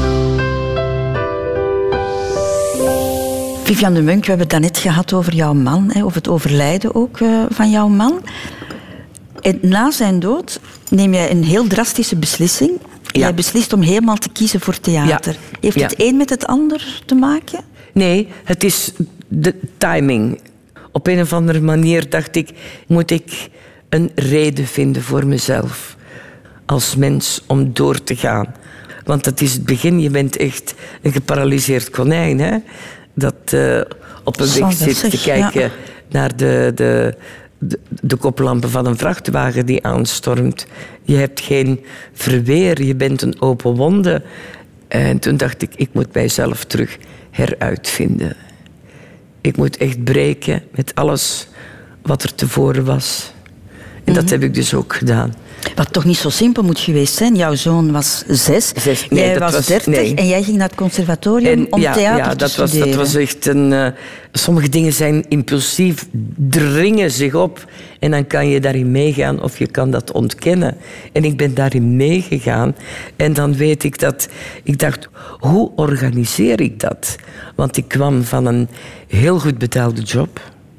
Vivian de Munk, we hebben het daarnet gehad over jouw man, hè, over het overlijden ook uh, van jouw man. En na zijn dood neem jij een heel drastische beslissing. Ja. Jij beslist om helemaal te kiezen voor theater. Ja. Heeft Ja. het een met het ander te maken? Nee, het is de timing. Op een of andere manier dacht ik... moet ik een reden vinden voor mezelf. Als mens om door te gaan. Want het is het begin. Je bent echt een geparalyseerd konijn. Hè? Dat uh, op een weg zit te kijken ja. naar de, de, de, de koplampen van een vrachtwagen die aanstormt. Je hebt geen verweer. Je bent een open wonde. En toen dacht ik, ik moet mijzelf terug heruitvinden. Ik moet echt breken met alles wat er tevoren was. En dat mm-hmm. heb ik dus ook gedaan. Wat toch niet zo simpel moet geweest zijn. Jouw zoon was zes, zes nee, jij was, was dertig nee. en jij ging naar het conservatorium en, om ja, theater ja, te dat studeren. Was, dat was echt een... Uh, sommige dingen zijn impulsief, dringen zich op. En dan kan je daarin meegaan of je kan dat ontkennen. En ik ben daarin meegegaan. En dan weet ik dat... Ik dacht, hoe organiseer ik dat? Want ik kwam van een heel goed betaalde job.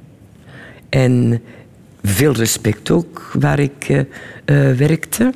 En... veel respect ook, waar ik uh, uh, werkte.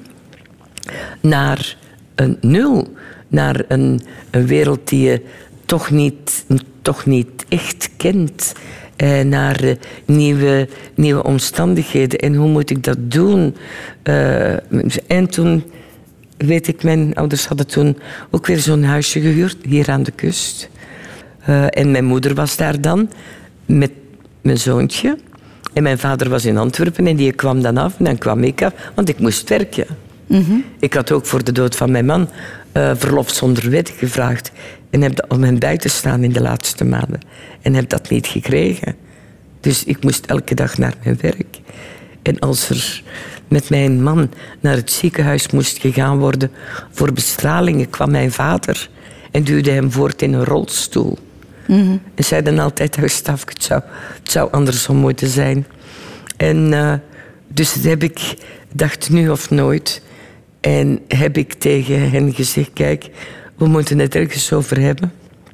Naar een nul. Naar een, een wereld die je toch niet, toch niet echt kent. Uh, naar uh, nieuwe, nieuwe omstandigheden. En hoe moet ik dat doen? Uh, en toen, weet ik, mijn ouders hadden toen ook weer zo'n huisje gehuurd, hier aan de kust. Uh, en mijn moeder was daar dan, met mijn zoontje. En mijn vader was in Antwerpen en die kwam dan af en dan kwam ik af, want ik moest werken. Mm-hmm. Ik had ook voor de dood van mijn man uh, verlof zonder wet gevraagd en heb dat om hem bij te staan in de laatste maanden. En heb dat niet gekregen. Dus ik moest elke dag naar mijn werk. En als er met mijn man naar het ziekenhuis moest gegaan worden voor bestralingen, kwam mijn vader en duwde hem voort in een rolstoel. Mm-hmm. En zei dan altijd, Gustaf, het zou, het zou andersom moeten zijn. En uh, dus heb ik, dacht nu of nooit. En heb ik tegen hen gezegd, kijk, we moeten het ergens over hebben.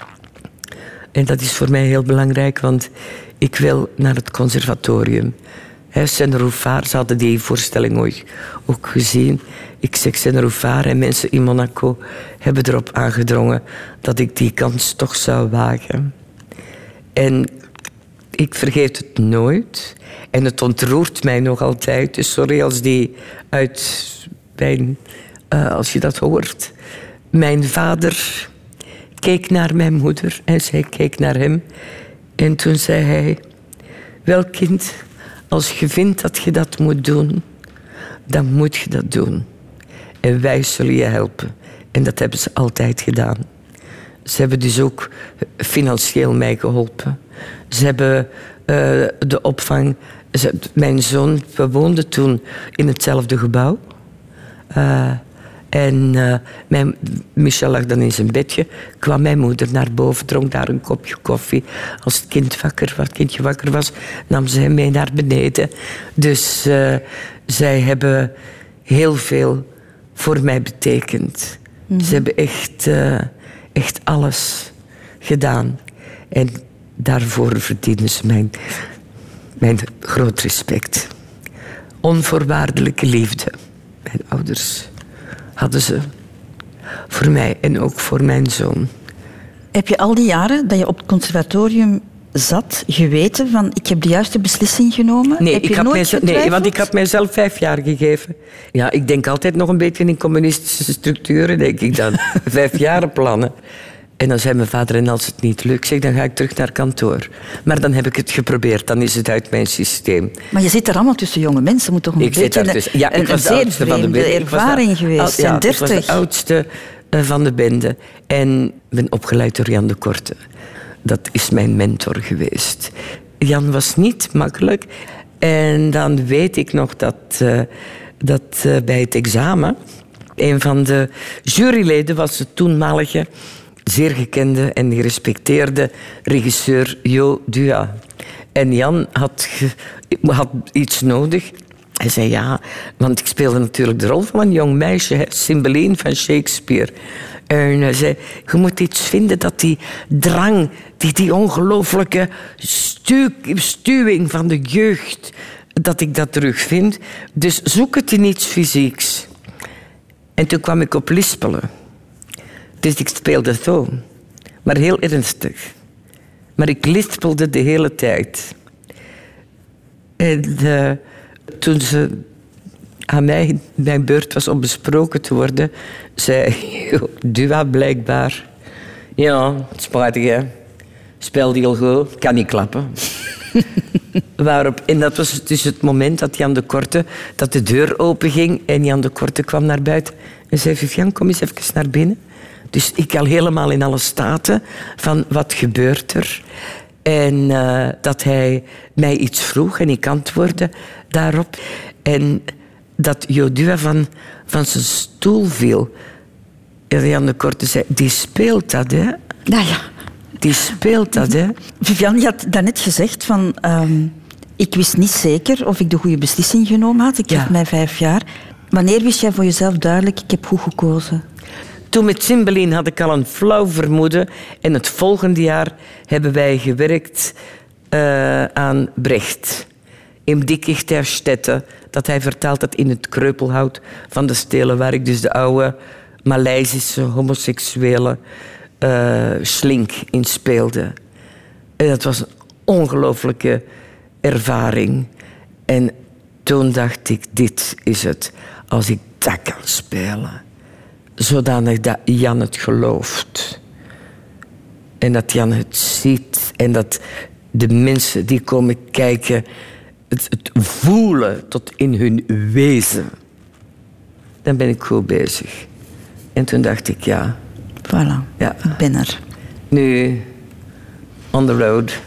En dat is voor mij heel belangrijk, want ik wil naar het conservatorium. Saint-Rouffard, ze hadden die voorstelling ooit ook gezien. Ik zeg Saint-Rouffard en mensen in Monaco hebben erop aangedrongen dat ik die kans toch zou wagen. En ik vergeet het nooit. En het ontroert mij nog altijd. Dus sorry als die uit mijn, uh, als je dat hoort. Mijn vader keek naar mijn moeder en zij keek naar hem. En toen zei hij, wel kind, als je vindt dat je dat moet doen, dan moet je dat doen. En wij zullen je helpen. En dat hebben ze altijd gedaan. Ze hebben dus ook financieel mij geholpen. Ze hebben uh, de opvang... Ze, mijn zoon, we woonden toen in hetzelfde gebouw. Uh, en uh, mijn, Michel lag dan in zijn bedje. Kwam mijn moeder naar boven, dronk daar een kopje koffie. Als het kind wakker, wat het kindje wakker was, nam ze hem mee naar beneden. Dus uh, zij hebben heel veel voor mij betekend. Mm-hmm. Ze hebben echt, uh, echt alles gedaan. En daarvoor verdienen ze mijn, mijn groot respect. Onvoorwaardelijke liefde. Mijn ouders hadden ze voor mij en ook voor mijn zoon. Heb je al die jaren dat je op het conservatorium zat, geweten van ik heb de juiste beslissing genomen? Nee, heb je ik had nooit mijzelf, nee, want ik had mijzelf vijf jaar gegeven. Ja, ik denk altijd nog een beetje in communistische structuren, denk ik dan. Vijfjarenplannen. En dan zei mijn vader, en als het niet lukt, zeg, dan ga ik terug naar kantoor. Maar dan heb ik het geprobeerd, dan is het uit mijn systeem. Maar je zit er allemaal tussen jonge mensen, moet toch een ik beetje zit een, ja, ik een, was een de zeer oudste van de vreemde bende. ervaring de, geweest. Ja, dertig. ik was de oudste uh, van de bende. En ben opgeleid door Jan de Korte. Dat is mijn mentor geweest. Jan was niet makkelijk. En dan weet ik nog dat, uh, dat uh, bij het examen een van de juryleden was de toenmalige, zeer gekende en gerespecteerde regisseur Jo Dua. En Jan had, ge, had iets nodig. Hij zei ja, want ik speelde natuurlijk de rol van een jong meisje, Cymbeline van Shakespeare. En hij zei, je moet iets vinden dat die drang, die, die ongelooflijke stu, stuwing van de jeugd, dat ik dat terugvind. Dus zoek het in iets fysieks. En toen kwam ik op lispelen. Dus ik speelde zo, maar heel ernstig. Maar ik lispelde de hele tijd. En uh, toen ze aan mij, mijn beurt was om besproken te worden, zei Dua blijkbaar, ja, het spijtig hè, speelde heel goed, kan niet klappen. Waarop, en dat was dus het moment dat Jan de Korte, dat de deur openging en Jan de Korte kwam naar buiten en zei, Vivian, kom eens even naar binnen. Dus ik al helemaal in alle staten van wat gebeurt er. En uh, dat hij mij iets vroeg en ik antwoordde daarop. En dat Jo Dua van, van zijn stoel viel. En Jan de Korte zei, die speelt dat, hè? Nou ja. Die speelt dat, hè? Vivian, je had daarnet gezegd van... Um, ik wist niet zeker of ik de goede beslissing genomen had. Ik ja. heb mij vijf jaar. Wanneer wist jij voor jezelf duidelijk, ik heb goed gekozen? Toen met Cymbeline had ik al een flauw vermoeden. En het volgende jaar hebben wij gewerkt uh, aan Brecht. In Dickicht der Städte. Dat hij vertaalt het in het kreupelhout van de stelen, waar ik dus de oude Maleisische homoseksuele uh, slink in speelde. En dat was een ongelooflijke ervaring. En toen dacht ik, dit is het. Als ik dat kan spelen. Zodanig dat Jan het gelooft. En dat Jan het ziet. En dat de mensen die komen kijken het, het voelen tot in hun wezen. Dan ben ik goed bezig. En toen dacht ik, ja. Voilà, ja. ik ben er. Nu, on the road.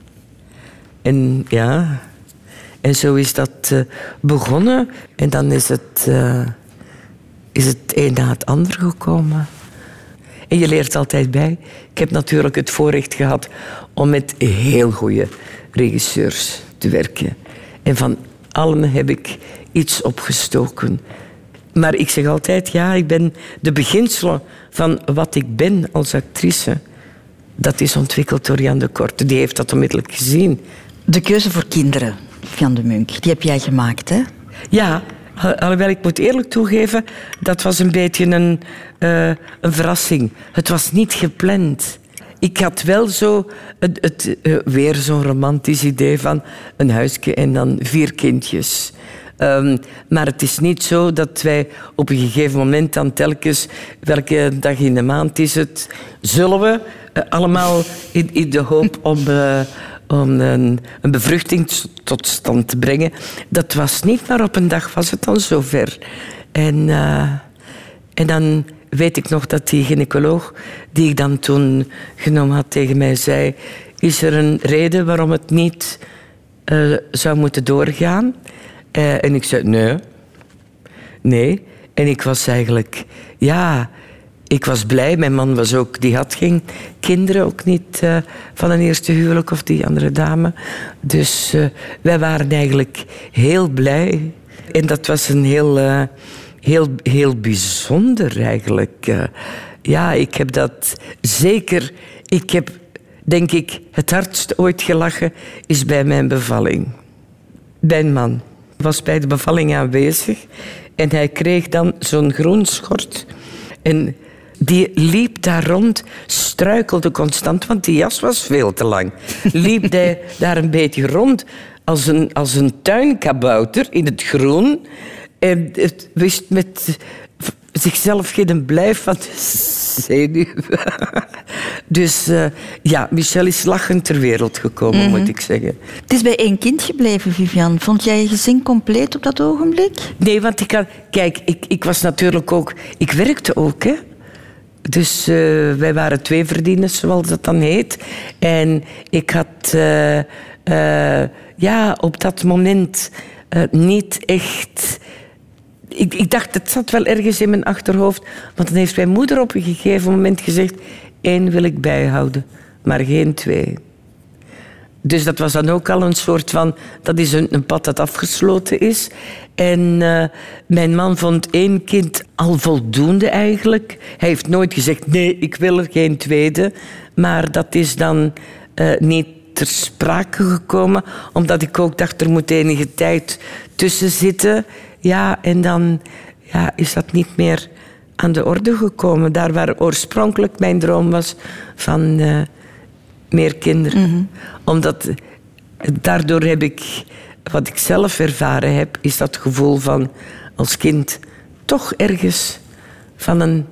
En ja... En zo is dat uh, begonnen. En dan is het, uh, is het een na het ander gekomen. En je leert altijd bij. Ik heb natuurlijk het voorrecht gehad om met heel goede regisseurs te werken. En van allen heb ik iets opgestoken. Maar ik zeg altijd, ja, ik ben de beginselen van wat ik ben als actrice. Dat is ontwikkeld door Jan de Korte. Die heeft dat onmiddellijk gezien. De keuze voor kinderen. Jan de Munk, die heb jij gemaakt, hè? Ja, alhoewel ik moet eerlijk toegeven, dat was een beetje een, uh, een verrassing. Het was niet gepland. Ik had wel zo het, het, uh, weer zo'n romantisch idee van een huisje en dan vier kindjes. Um, maar het is niet zo dat wij op een gegeven moment dan telkens, welke dag in de maand is het, zullen we uh, allemaal in, in de hoop om... Uh, om een, een bevruchting tot stand te brengen. Dat was niet, maar op een dag was het dan zover. En, uh, en dan weet ik nog dat die gynaecoloog, die ik dan toen genomen had, tegen mij zei, is er een reden waarom het niet uh, zou moeten doorgaan? Uh, en ik zei, nee. Nee. En ik was eigenlijk, ja... Ik was blij, mijn man was ook, die had geen kinderen, ook niet uh, van een eerste huwelijk of die andere dame. Dus uh, wij waren eigenlijk heel blij. En dat was een heel, uh, heel, heel bijzonder eigenlijk. Uh, ja, ik heb dat zeker... Ik heb, denk ik, het hardst ooit gelachen is bij mijn bevalling. Mijn man was bij de bevalling aanwezig en hij kreeg dan zo'n groen schort en... die liep daar rond, struikelde constant, want die jas was veel te lang. Liep hij daar een beetje rond als een, als een tuinkabouter in het groen. En het wist met zichzelf geen blijf van de zenuw. Dus uh, ja, Michel is lachend ter wereld gekomen, mm-hmm. moet ik zeggen. Het is bij één kind gebleven, Vivian. Vond jij je gezin compleet op dat ogenblik? Nee, want ik had... Kijk, ik, ik was natuurlijk ook... Ik werkte ook, hè. Dus uh, wij waren twee verdieners, zoals dat dan heet. En ik had... Uh, uh, ja, op dat moment uh, niet echt... Ik, ik dacht, het zat wel ergens in mijn achterhoofd. Want dan heeft mijn moeder op een gegeven moment gezegd... één wil ik bijhouden, maar geen twee. Dus dat was dan ook al een soort van... Dat is een, een pad dat afgesloten is. En uh, mijn man vond één kind al voldoende eigenlijk. Hij heeft nooit gezegd, nee, ik wil er geen tweede. Maar dat is dan uh, niet ter sprake gekomen. Omdat ik ook dacht, er moet enige tijd tussen zitten... Ja, en dan ja, is dat niet meer aan de orde gekomen. Daar waar oorspronkelijk mijn droom was van uh, meer kinderen. Mm-hmm. Omdat daardoor heb ik, wat ik zelf ervaren heb, is dat gevoel van als kind toch ergens van een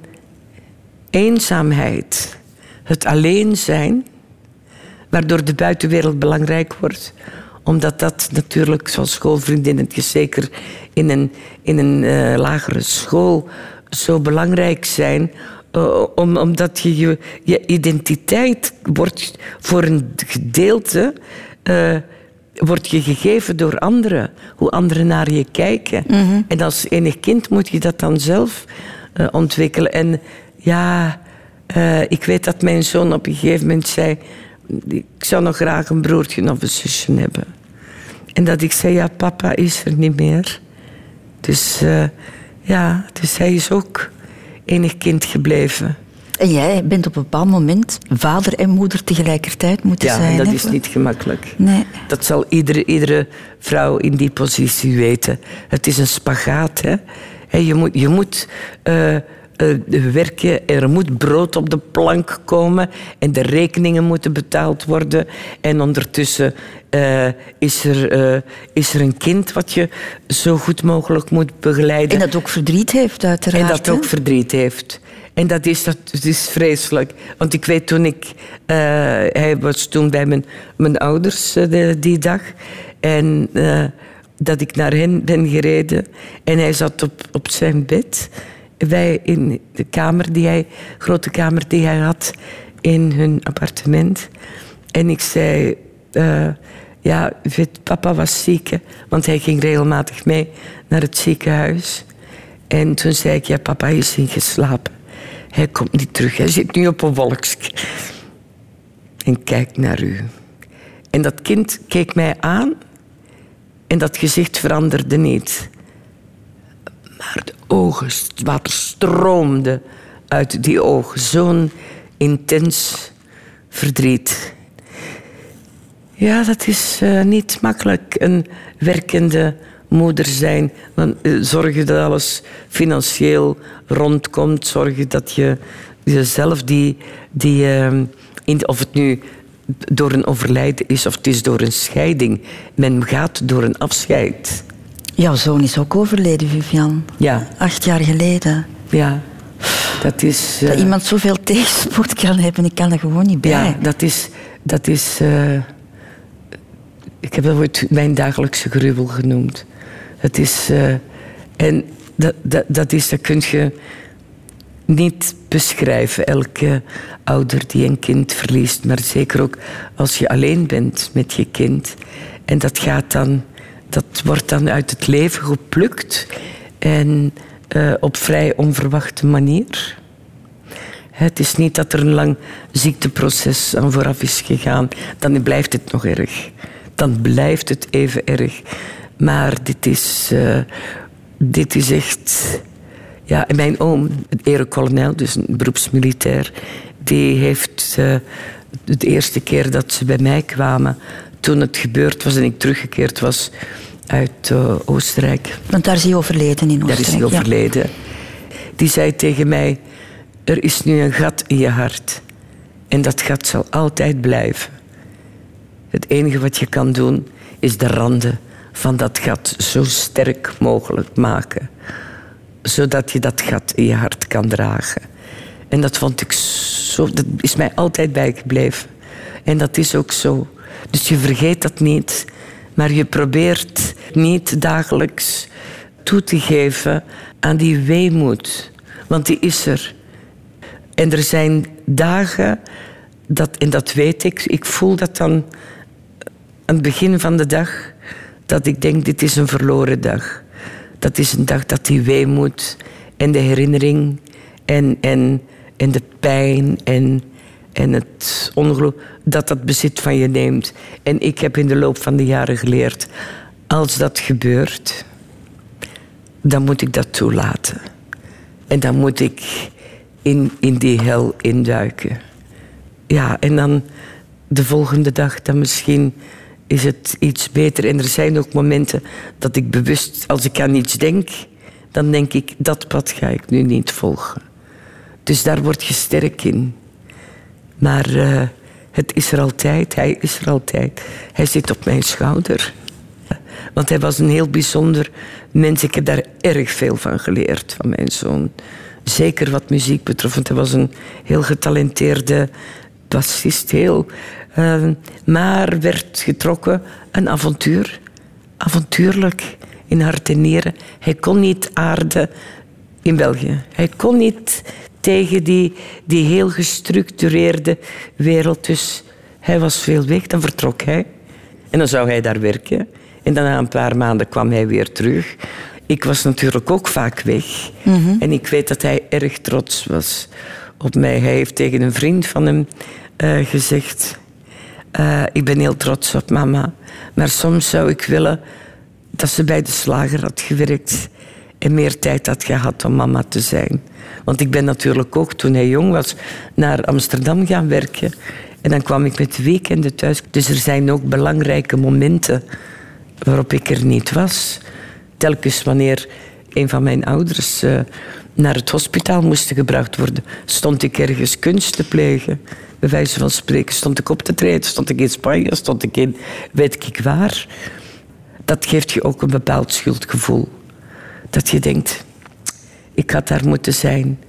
eenzaamheid. Het alleen zijn, waardoor de buitenwereld belangrijk wordt. Omdat dat natuurlijk, zoals schoolvriendinnetjes, zeker in een, in een uh, lagere school zo belangrijk zijn. Uh, om, omdat je, je je identiteit wordt voor een gedeelte uh, wordt je gegeven door anderen. Hoe anderen naar je kijken. Mm-hmm. En als enig kind moet je dat dan zelf uh, ontwikkelen. En ja, uh, ik weet dat mijn zoon op een gegeven moment zei... Ik zou nog graag een broertje of een zusje hebben. En dat ik zei, ja, papa is er niet meer. Dus uh, ja, dus hij is ook enig kind gebleven. En jij bent op een bepaald moment vader en moeder tegelijkertijd moeten ja, zijn. Ja, dat hè? is niet gemakkelijk. Nee. Dat zal iedere, iedere vrouw in die positie weten. Het is een spagaat, hè. Hey, je moet... Je moet uh, Uh, werken, er moet brood op de plank komen en de rekeningen moeten betaald worden. En ondertussen uh, is, er, uh, is er een kind wat je zo goed mogelijk moet begeleiden. En dat ook verdriet heeft, uiteraard. En dat hè? ook verdriet heeft. En dat is, dat, dat is vreselijk. Want ik weet toen ik... Uh, hij was toen bij mijn, mijn ouders uh, de, die dag. En uh, dat ik naar hen ben gereden. En hij zat op, op zijn bed... Wij in de kamer die hij, grote kamer die hij had in hun appartement. En ik zei, uh, ja, weet, papa was ziek, hè, want hij ging regelmatig mee naar het ziekenhuis. En toen zei ik, ja, papa is ingeslapen. Hij komt niet terug, hij zit nu op een wolkje. En kijkt naar u. En dat kind keek mij aan en dat gezicht veranderde niet. Maar de ogen, het water stroomde uit die ogen. Zo'n intens verdriet. Ja, dat is uh, niet makkelijk, een werkende moeder zijn. Want, uh, zorgen dat alles financieel rondkomt. Zorgen dat je jezelf die... die uh, in, of het nu door een overlijden is of het is door een scheiding. Men gaat door een afscheid. Jouw zoon is ook overleden, Vivian. Ja. Acht jaar geleden. Ja, dat is... Uh... Dat iemand zoveel tegenspoed kan hebben, ik kan er gewoon niet bij. Ja, dat is... Dat is uh... Ik heb dat ooit mijn dagelijkse gruwel genoemd. Het is... Uh... En dat, dat, dat is... Dat kun je niet beschrijven. Elke ouder die een kind verliest. Maar zeker ook als je alleen bent met je kind. En dat gaat dan... Dat wordt dan uit het leven geplukt en uh, op vrij onverwachte manier. Het is niet dat er een lang ziekteproces aan vooraf is gegaan. Dan blijft het nog erg. Dan blijft het even erg. Maar dit is, uh, dit is echt... Ja, en mijn oom, een erekolonel, dus een beroepsmilitair... die heeft uh, de eerste keer dat ze bij mij kwamen... toen het gebeurd was en ik teruggekeerd was uit uh, Oostenrijk. Want daar is hij overleden in Oostenrijk. Daar is hij overleden. Ja. Die zei tegen mij... er is nu een gat in je hart. En dat gat zal altijd blijven. Het enige wat je kan doen, is de randen van dat gat zo sterk mogelijk maken. Zodat je dat gat in je hart kan dragen. En dat vond ik zo, dat is mij altijd bijgebleven. En dat is ook zo. Dus je vergeet dat niet, maar je probeert niet dagelijks toe te geven aan die weemoed. Want die is er. En er zijn dagen, dat, en dat weet ik, ik voel dat dan aan het begin van de dag, dat ik denk, dit is een verloren dag. Dat is een dag dat die weemoed en de herinnering en, en, en de pijn en, en het ongeloof, dat dat bezit van je neemt. En ik heb in de loop van de jaren geleerd, als dat gebeurt, dan moet ik dat toelaten. En dan moet ik in, in die hel induiken. Ja, en dan de volgende dag, dan misschien is het iets beter. En er zijn ook momenten dat ik bewust, als ik aan iets denk, dan denk ik, dat pad ga ik nu niet volgen. Dus daar word je sterk in. Maar uh, het is er altijd, hij is er altijd. Hij zit op mijn schouder. Want hij was een heel bijzonder mens. Ik heb daar erg veel van geleerd, van mijn zoon. Zeker wat muziek betrof. Want hij was een heel getalenteerde bassist. Heel, uh, maar werd getrokken een avontuur. Avontuurlijk, in hart en nieren. Hij kon niet aarden in België. Hij kon niet tegen die, die heel gestructureerde wereld. Dus hij was veel weg, dan vertrok hij. En dan zou hij daar werken. En dan na een paar maanden kwam hij weer terug. Ik was natuurlijk ook vaak weg. Mm-hmm. En ik weet dat hij erg trots was op mij. Hij heeft tegen een vriend van hem uh, gezegd... Uh, ik ben heel trots op mama. Maar soms zou ik willen dat ze bij de slager had gewerkt... en meer tijd had gehad om mama te zijn. Want ik ben natuurlijk ook, toen hij jong was... naar Amsterdam gaan werken. En dan kwam ik met weekenden thuis. Dus er zijn ook belangrijke momenten... waarop ik er niet was. Telkens wanneer een van mijn ouders uh, naar het hospitaal moest gebracht worden... stond ik ergens kunst te plegen. Bij wijze van spreken stond ik op te treden. Stond ik in Spanje, stond ik in weet ik waar. Dat geeft je ook een bepaald schuldgevoel. Dat je denkt, ik had daar moeten zijn.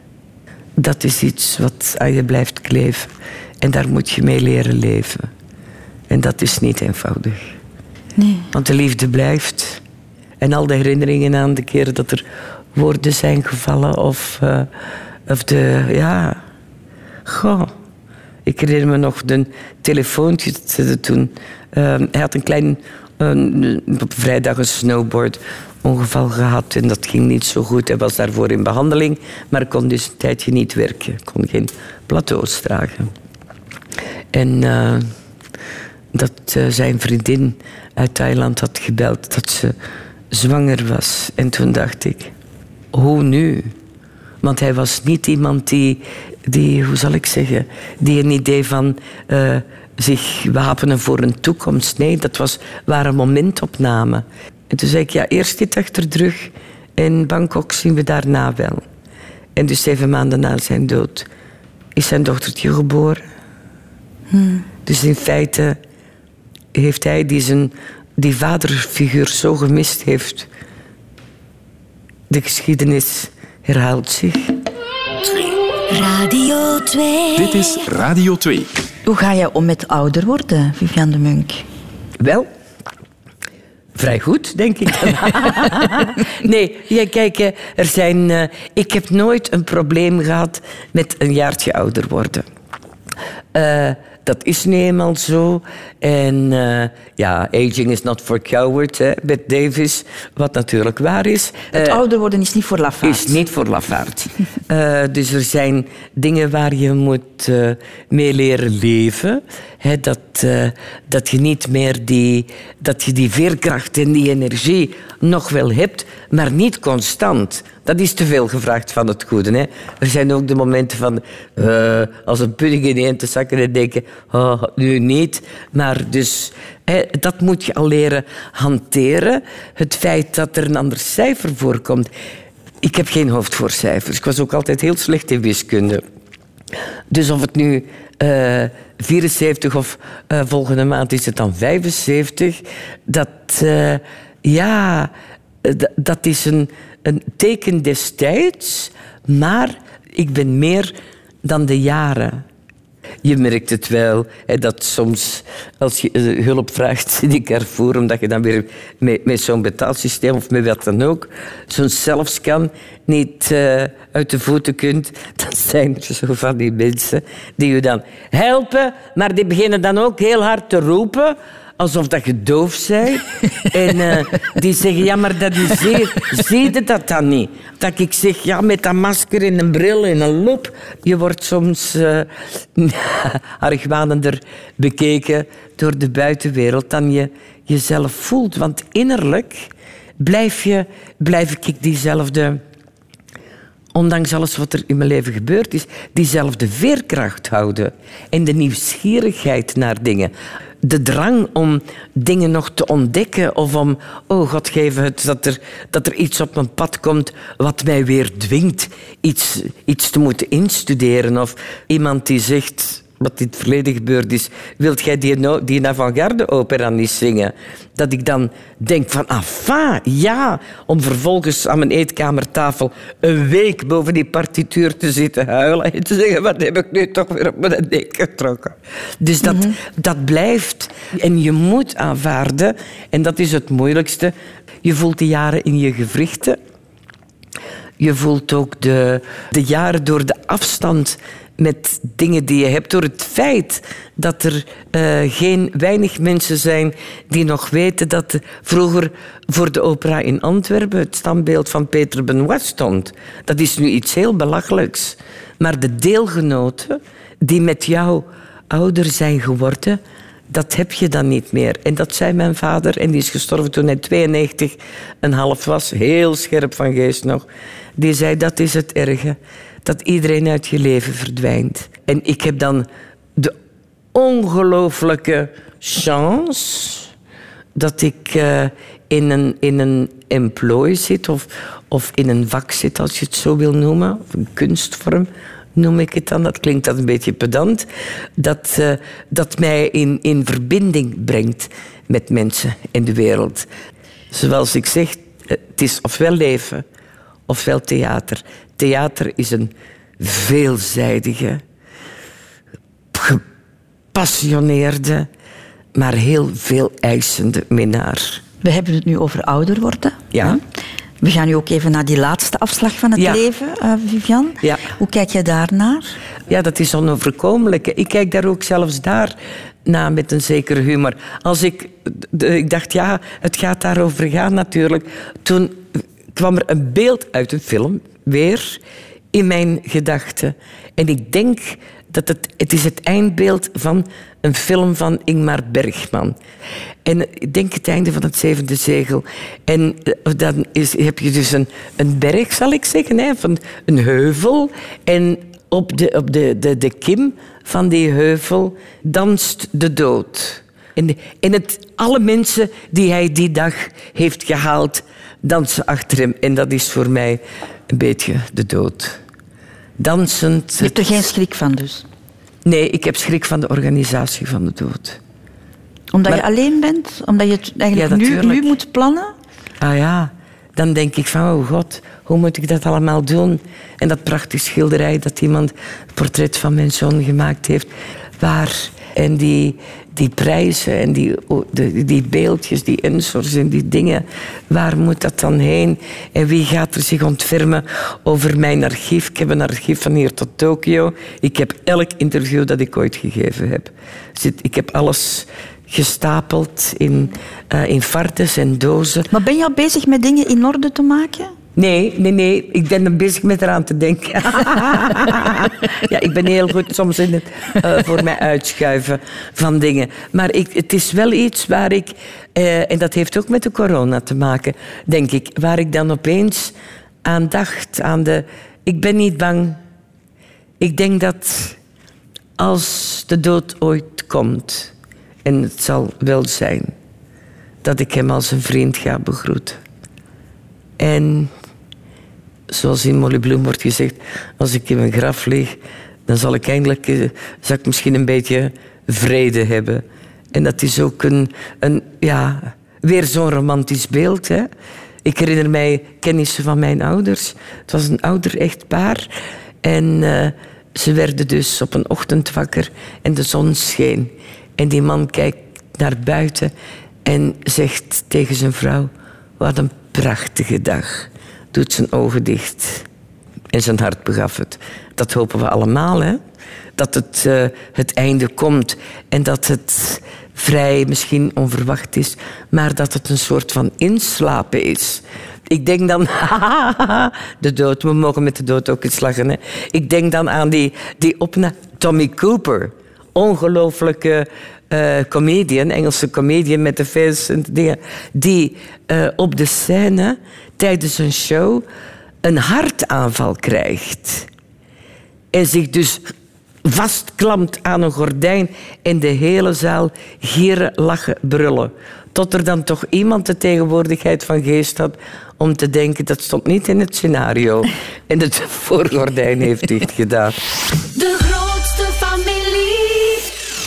Dat is iets wat aan je blijft kleven. En daar moet je mee leren leven. En dat is niet eenvoudig. Nee. Want de liefde blijft. En al de herinneringen aan de keren dat er woorden zijn gevallen. Of, uh, of de, ja... Goh. Ik herinner me nog een telefoontje toen. Uh, hij had een klein... Uh, op vrijdag een snowboardongeval gehad. En dat ging niet zo goed. Hij was daarvoor in behandeling. Maar kon dus een tijdje niet werken. Kon geen plateaus dragen. En... Uh, dat uh, zijn vriendin uit Thailand had gebeld dat ze zwanger was. En toen dacht ik, hoe nu? Want hij was niet iemand die, die hoe zal ik zeggen... die een idee van uh, zich wapenen voor een toekomst. Nee, dat was, waren momentopnamen. En toen zei ik, ja, eerst dit achter de rug. In Bangkok zien we daarna wel. En dus zeven maanden na zijn dood is zijn dochtertje geboren. Hmm. Dus in feite... heeft hij die zijn die vaderfiguur zo gemist heeft. De geschiedenis herhaalt zich. Radio twee. Dit is Radio twee. Hoe ga je om met ouder worden, Viviane de Munk? Wel, vrij goed, denk ik. Nee, ja, kijk, er zijn... Uh, ik heb nooit een probleem gehad met een jaartje ouder worden. Uh, Dat is nu eenmaal zo. En uh, ja, aging is not for cowards, hè, Bette Davis. Wat natuurlijk waar is. Het uh, ouder worden is niet voor lafaard. Is niet voor lafaard. uh, dus er zijn dingen waar je moet uh, mee leren leven. Hè, dat, uh, dat je niet meer die... Dat je die veerkracht en die energie nog wel hebt, maar niet constant. Dat is te veel gevraagd van het goede. Hè. Er zijn ook de momenten van... Uh, als een pudding ineen te zakken en denken... Oh, nu niet. Maar dus... Hè, dat moet je al leren hanteren. Het feit dat er een ander cijfer voorkomt. ik heb geen hoofd voor cijfers. Ik was ook altijd heel slecht in wiskunde. Dus of het nu uh, vierenzeventig of uh, volgende maand is het dan vijfenzeventig... dat, uh, ja, d- dat is een, een teken des tijds, maar ik ben meer dan de jaren. Je merkt het wel, hè, dat soms als je uh, hulp vraagt in die Carrefour, omdat je dan weer met, met zo'n betaalsysteem of met wat dan ook, zo'n zelfscan niet uh, uit de voeten kunt, dan zijn er zo van die mensen die je dan helpen, maar die beginnen dan ook heel hard te roepen, alsof dat je doof bent. En uh, die zeggen, ja, maar dat is zeer... Zie je dat dan niet? Dat ik zeg, ja, met dat masker en een bril en een loop... Je wordt soms uh, argwanender bekeken door de buitenwereld dan je jezelf voelt. Want innerlijk blijf, je, blijf ik diezelfde... Ondanks alles wat er in mijn leven gebeurd is, diezelfde veerkracht houden. En de nieuwsgierigheid naar dingen. De drang om dingen nog te ontdekken. Of om, oh God geef het, dat er, dat er iets op mijn pad komt wat mij weer dwingt iets, iets te moeten instuderen. Of iemand die zegt, wat in het verleden gebeurd is, wilt jij die, no- die avant-garde-opera niet zingen? Dat ik dan denk van, enfin, ja, om vervolgens aan mijn eetkamertafel een week boven die partituur te zitten huilen en te zeggen, wat heb ik nu toch weer op mijn nek getrokken? Dus dat, mm-hmm. dat blijft. En je moet aanvaarden, en dat is het moeilijkste, je voelt de jaren in je gewrichten. Je voelt ook de, de jaren door de afstand met dingen die je hebt, door het feit dat er uh, geen weinig mensen zijn die nog weten dat er vroeger voor de opera in Antwerpen het standbeeld van Peter Benoit stond. Dat is nu iets heel belachelijks. Maar de deelgenoten die met jou ouder zijn geworden, dat heb je dan niet meer. En dat zei mijn vader, en die is gestorven toen hij tweeënnegentig en half was, heel scherp van geest nog. Die zei, dat is het erge, dat iedereen uit je leven verdwijnt. En ik heb dan de ongelooflijke chance dat ik uh, in, een, in een employ zit of, of in een vak zit, als je het zo wil noemen, of een kunstvorm noem ik het dan. Dat klinkt dat een beetje pedant. Dat, uh, dat mij in, in verbinding brengt met mensen in de wereld. Zoals ik zeg, het is ofwel leven ofwel theater. Theater is een veelzijdige, gepassioneerde, maar heel veel eisende minnaar. We hebben het nu over ouder worden. Ja. Hè? We gaan nu ook even naar die laatste afslag van het ja. leven, uh, Vivian. Ja. Hoe kijk je daarnaar? Ja, dat is onoverkomelijk. Ik kijk daar ook zelfs daar naar met een zekere humor. Als ik, ik dacht, ja, het gaat daarover gaan natuurlijk. Toen kwam er een beeld uit een film, weer, in mijn gedachten. En ik denk dat het, het is het eindbeeld van een film van Ingmar Bergman. En ik denk het einde van Het Zevende Zegel. En dan is, heb je dus een, een berg, zal ik zeggen, hè, van een heuvel. En op, de, op de, de, de kim van die heuvel danst de dood. En, en het, alle mensen die hij die dag heeft gehaald, dansen achter hem. En dat is voor mij een beetje de dood. Dansend. Je hebt er geen schrik van dus? Nee, ik heb schrik van de organisatie van de dood. Omdat maar, je alleen bent? Omdat je het eigenlijk ja, nu, nu moet plannen? Ah ja, dan denk ik van, oh god, hoe moet ik dat allemaal doen? En dat prachtige schilderij dat iemand het portret van mijn zoon gemaakt heeft. Waar? En die, die prijzen en die, die, die beeldjes, die ensors en die dingen. Waar moet dat dan heen? En wie gaat er zich ontfermen over mijn archief? Ik heb een archief van hier tot Tokio. Ik heb elk interview dat ik ooit gegeven heb. Ik heb alles gestapeld in, uh, in fardes en dozen. Maar ben je al bezig met dingen in orde te maken? Nee, nee, nee. Ik ben er bezig met eraan te denken. Ja, ik ben heel goed soms in het uh, voor mij uitschuiven van dingen. Maar ik, het is wel iets waar ik... Uh, en dat heeft ook met de corona te maken, denk ik. Waar ik dan opeens aan dacht. Aan de, ik ben niet bang. Ik denk dat als de dood ooit komt... en het zal wel zijn... dat ik hem als een vriend ga begroeten. En zoals in Molly Bloem wordt gezegd, als ik in mijn graf lig, dan zal ik eindelijk uh, zal ik misschien een beetje vrede hebben. En dat is ook een, een ja, weer zo'n romantisch beeld. Hè? Ik herinner mij kennissen van mijn ouders. Het was een ouder echtpaar. En uh, ze werden dus op een ochtend wakker en de zon scheen. En die man kijkt naar buiten en zegt tegen zijn vrouw: wat een prachtige dag. Doet zijn ogen dicht. En zijn hart begaf het. Dat hopen we allemaal, hè? Dat het, uh, het einde komt. En dat het vrij misschien onverwacht is. Maar dat het een soort van inslapen is. Ik denk dan... de dood. We mogen met de dood ook eens lachen, hè? Ik denk dan aan die, die opname... Tommy Cooper. Ongelooflijke uh, comedian. Engelse comedian met de face en dingen. Die uh, op de scène tijdens een show een hartaanval krijgt. En zich dus vastklampt aan een gordijn en de hele zaal gieren, lachen, brullen. Tot er dan toch iemand de tegenwoordigheid van geest had om te denken, dat stond niet in het scenario. En het voorgordijn heeft dicht gedaan. De grootste familie.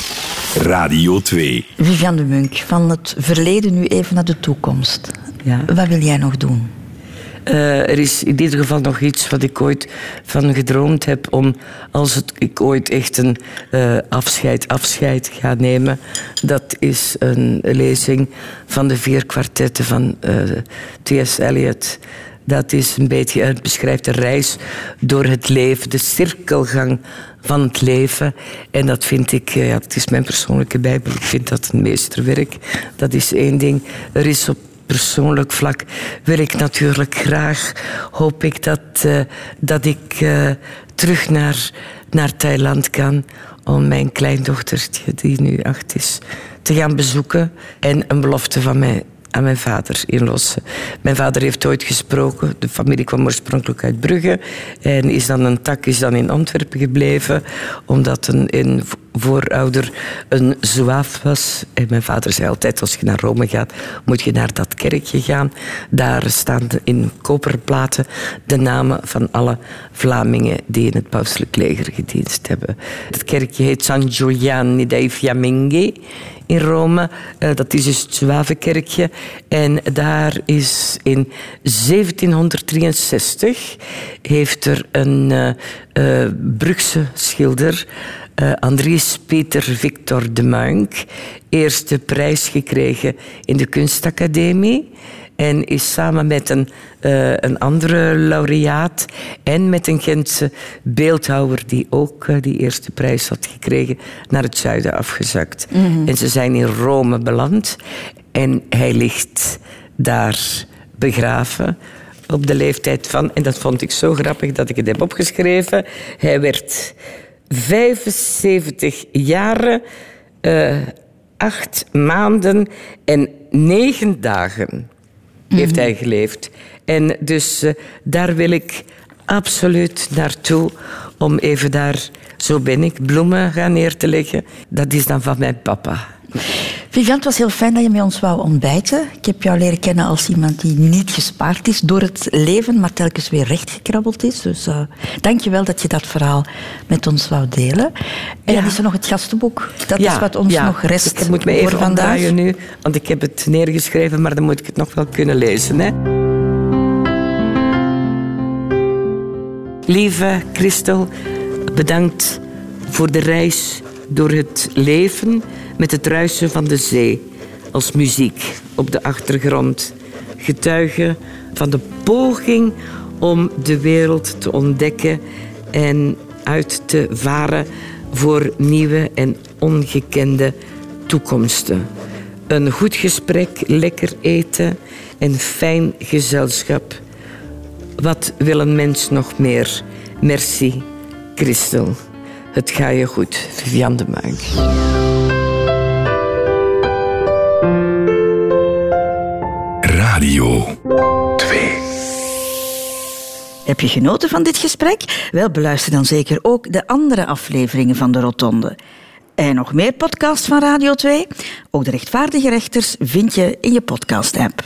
Radio twee. Viviane de Munk, van het verleden nu even naar de toekomst. Ja. Wat wil jij nog doen? Uh, er is in ieder geval nog iets wat ik ooit van gedroomd heb, om als het, ik ooit echt een uh, afscheid, afscheid ga nemen. Dat is een lezing van de vier kwartetten van uh, T S Eliot. Dat is een beetje, het beschrijft een reis door het leven, de cirkelgang van het leven. En dat vind ik, ja, het is mijn persoonlijke bijbel, ik vind dat een meesterwerk. Dat is één ding. Er is op persoonlijk vlak wil ik natuurlijk graag, hoop ik dat, uh, dat ik uh, terug naar, naar Thailand kan om mijn kleindochtertje, die nu acht is, te gaan bezoeken en een belofte van mij aan mijn vader inlossen. Mijn vader heeft ooit gesproken. De familie kwam oorspronkelijk uit Brugge en is dan een tak is dan in Antwerpen gebleven, omdat een, een voorouder een zouaaf was. En mijn vader zei altijd, als je naar Rome gaat, moet je naar dat kerkje gaan. Daar staan in koperplaten de namen van alle Vlamingen die in het pauselijk leger gedienst hebben. Het kerkje heet San Giuliani dei Fiamminghi in Rome. Uh, dat is dus het Zouavenkerkje. En daar is in zeventienhonderddrieënzestig heeft er een uh, uh, Brugse schilder, uh, Andries Peter Victor de Munk, eerste prijs gekregen in de kunstacademie. En is samen met een, uh, een andere laureaat en met een Gentse beeldhouwer die ook uh, die eerste prijs had gekregen, naar het zuiden afgezakt. Mm-hmm. En ze zijn in Rome beland en hij ligt daar begraven op de leeftijd van, en dat vond ik zo grappig dat ik het heb opgeschreven, hij werd vijfenzeventig jaren, uh, acht maanden en negen dagen. Heeft hij geleefd. En dus uh, daar wil ik absoluut naartoe om even daar, zo ben ik, bloemen gaan neer te leggen. Dat is dan van mijn papa. Viviane, het was heel fijn dat je met ons wou ontbijten. Ik heb jou leren kennen als iemand die niet gespaard is door het leven, maar telkens weer rechtgekrabbeld is. Dus uh, dank je wel dat je dat verhaal met ons wou delen. En ja. Dan is er nog het gastenboek. Dat ja, is wat ons ja. nog rest ik moet me even voor vandaag. Nu, want ik heb het neergeschreven, maar dan moet ik het nog wel kunnen lezen. Hè? Lieve Christel, bedankt voor de reis door het leven met het ruisen van de zee als muziek op de achtergrond. Getuige van de poging om de wereld te ontdekken en uit te varen voor nieuwe en ongekende toekomsten. Een goed gesprek, lekker eten en fijn gezelschap. Wat wil een mens nog meer? Merci, Christel. Het gaat je goed, Viviane de Munk. Radio twee. Heb je genoten van dit gesprek? Wel, beluister dan zeker ook de andere afleveringen van de Rotonde. En nog meer podcasts van Radio twee? Ook de rechtvaardige rechters vind je in je podcast-app.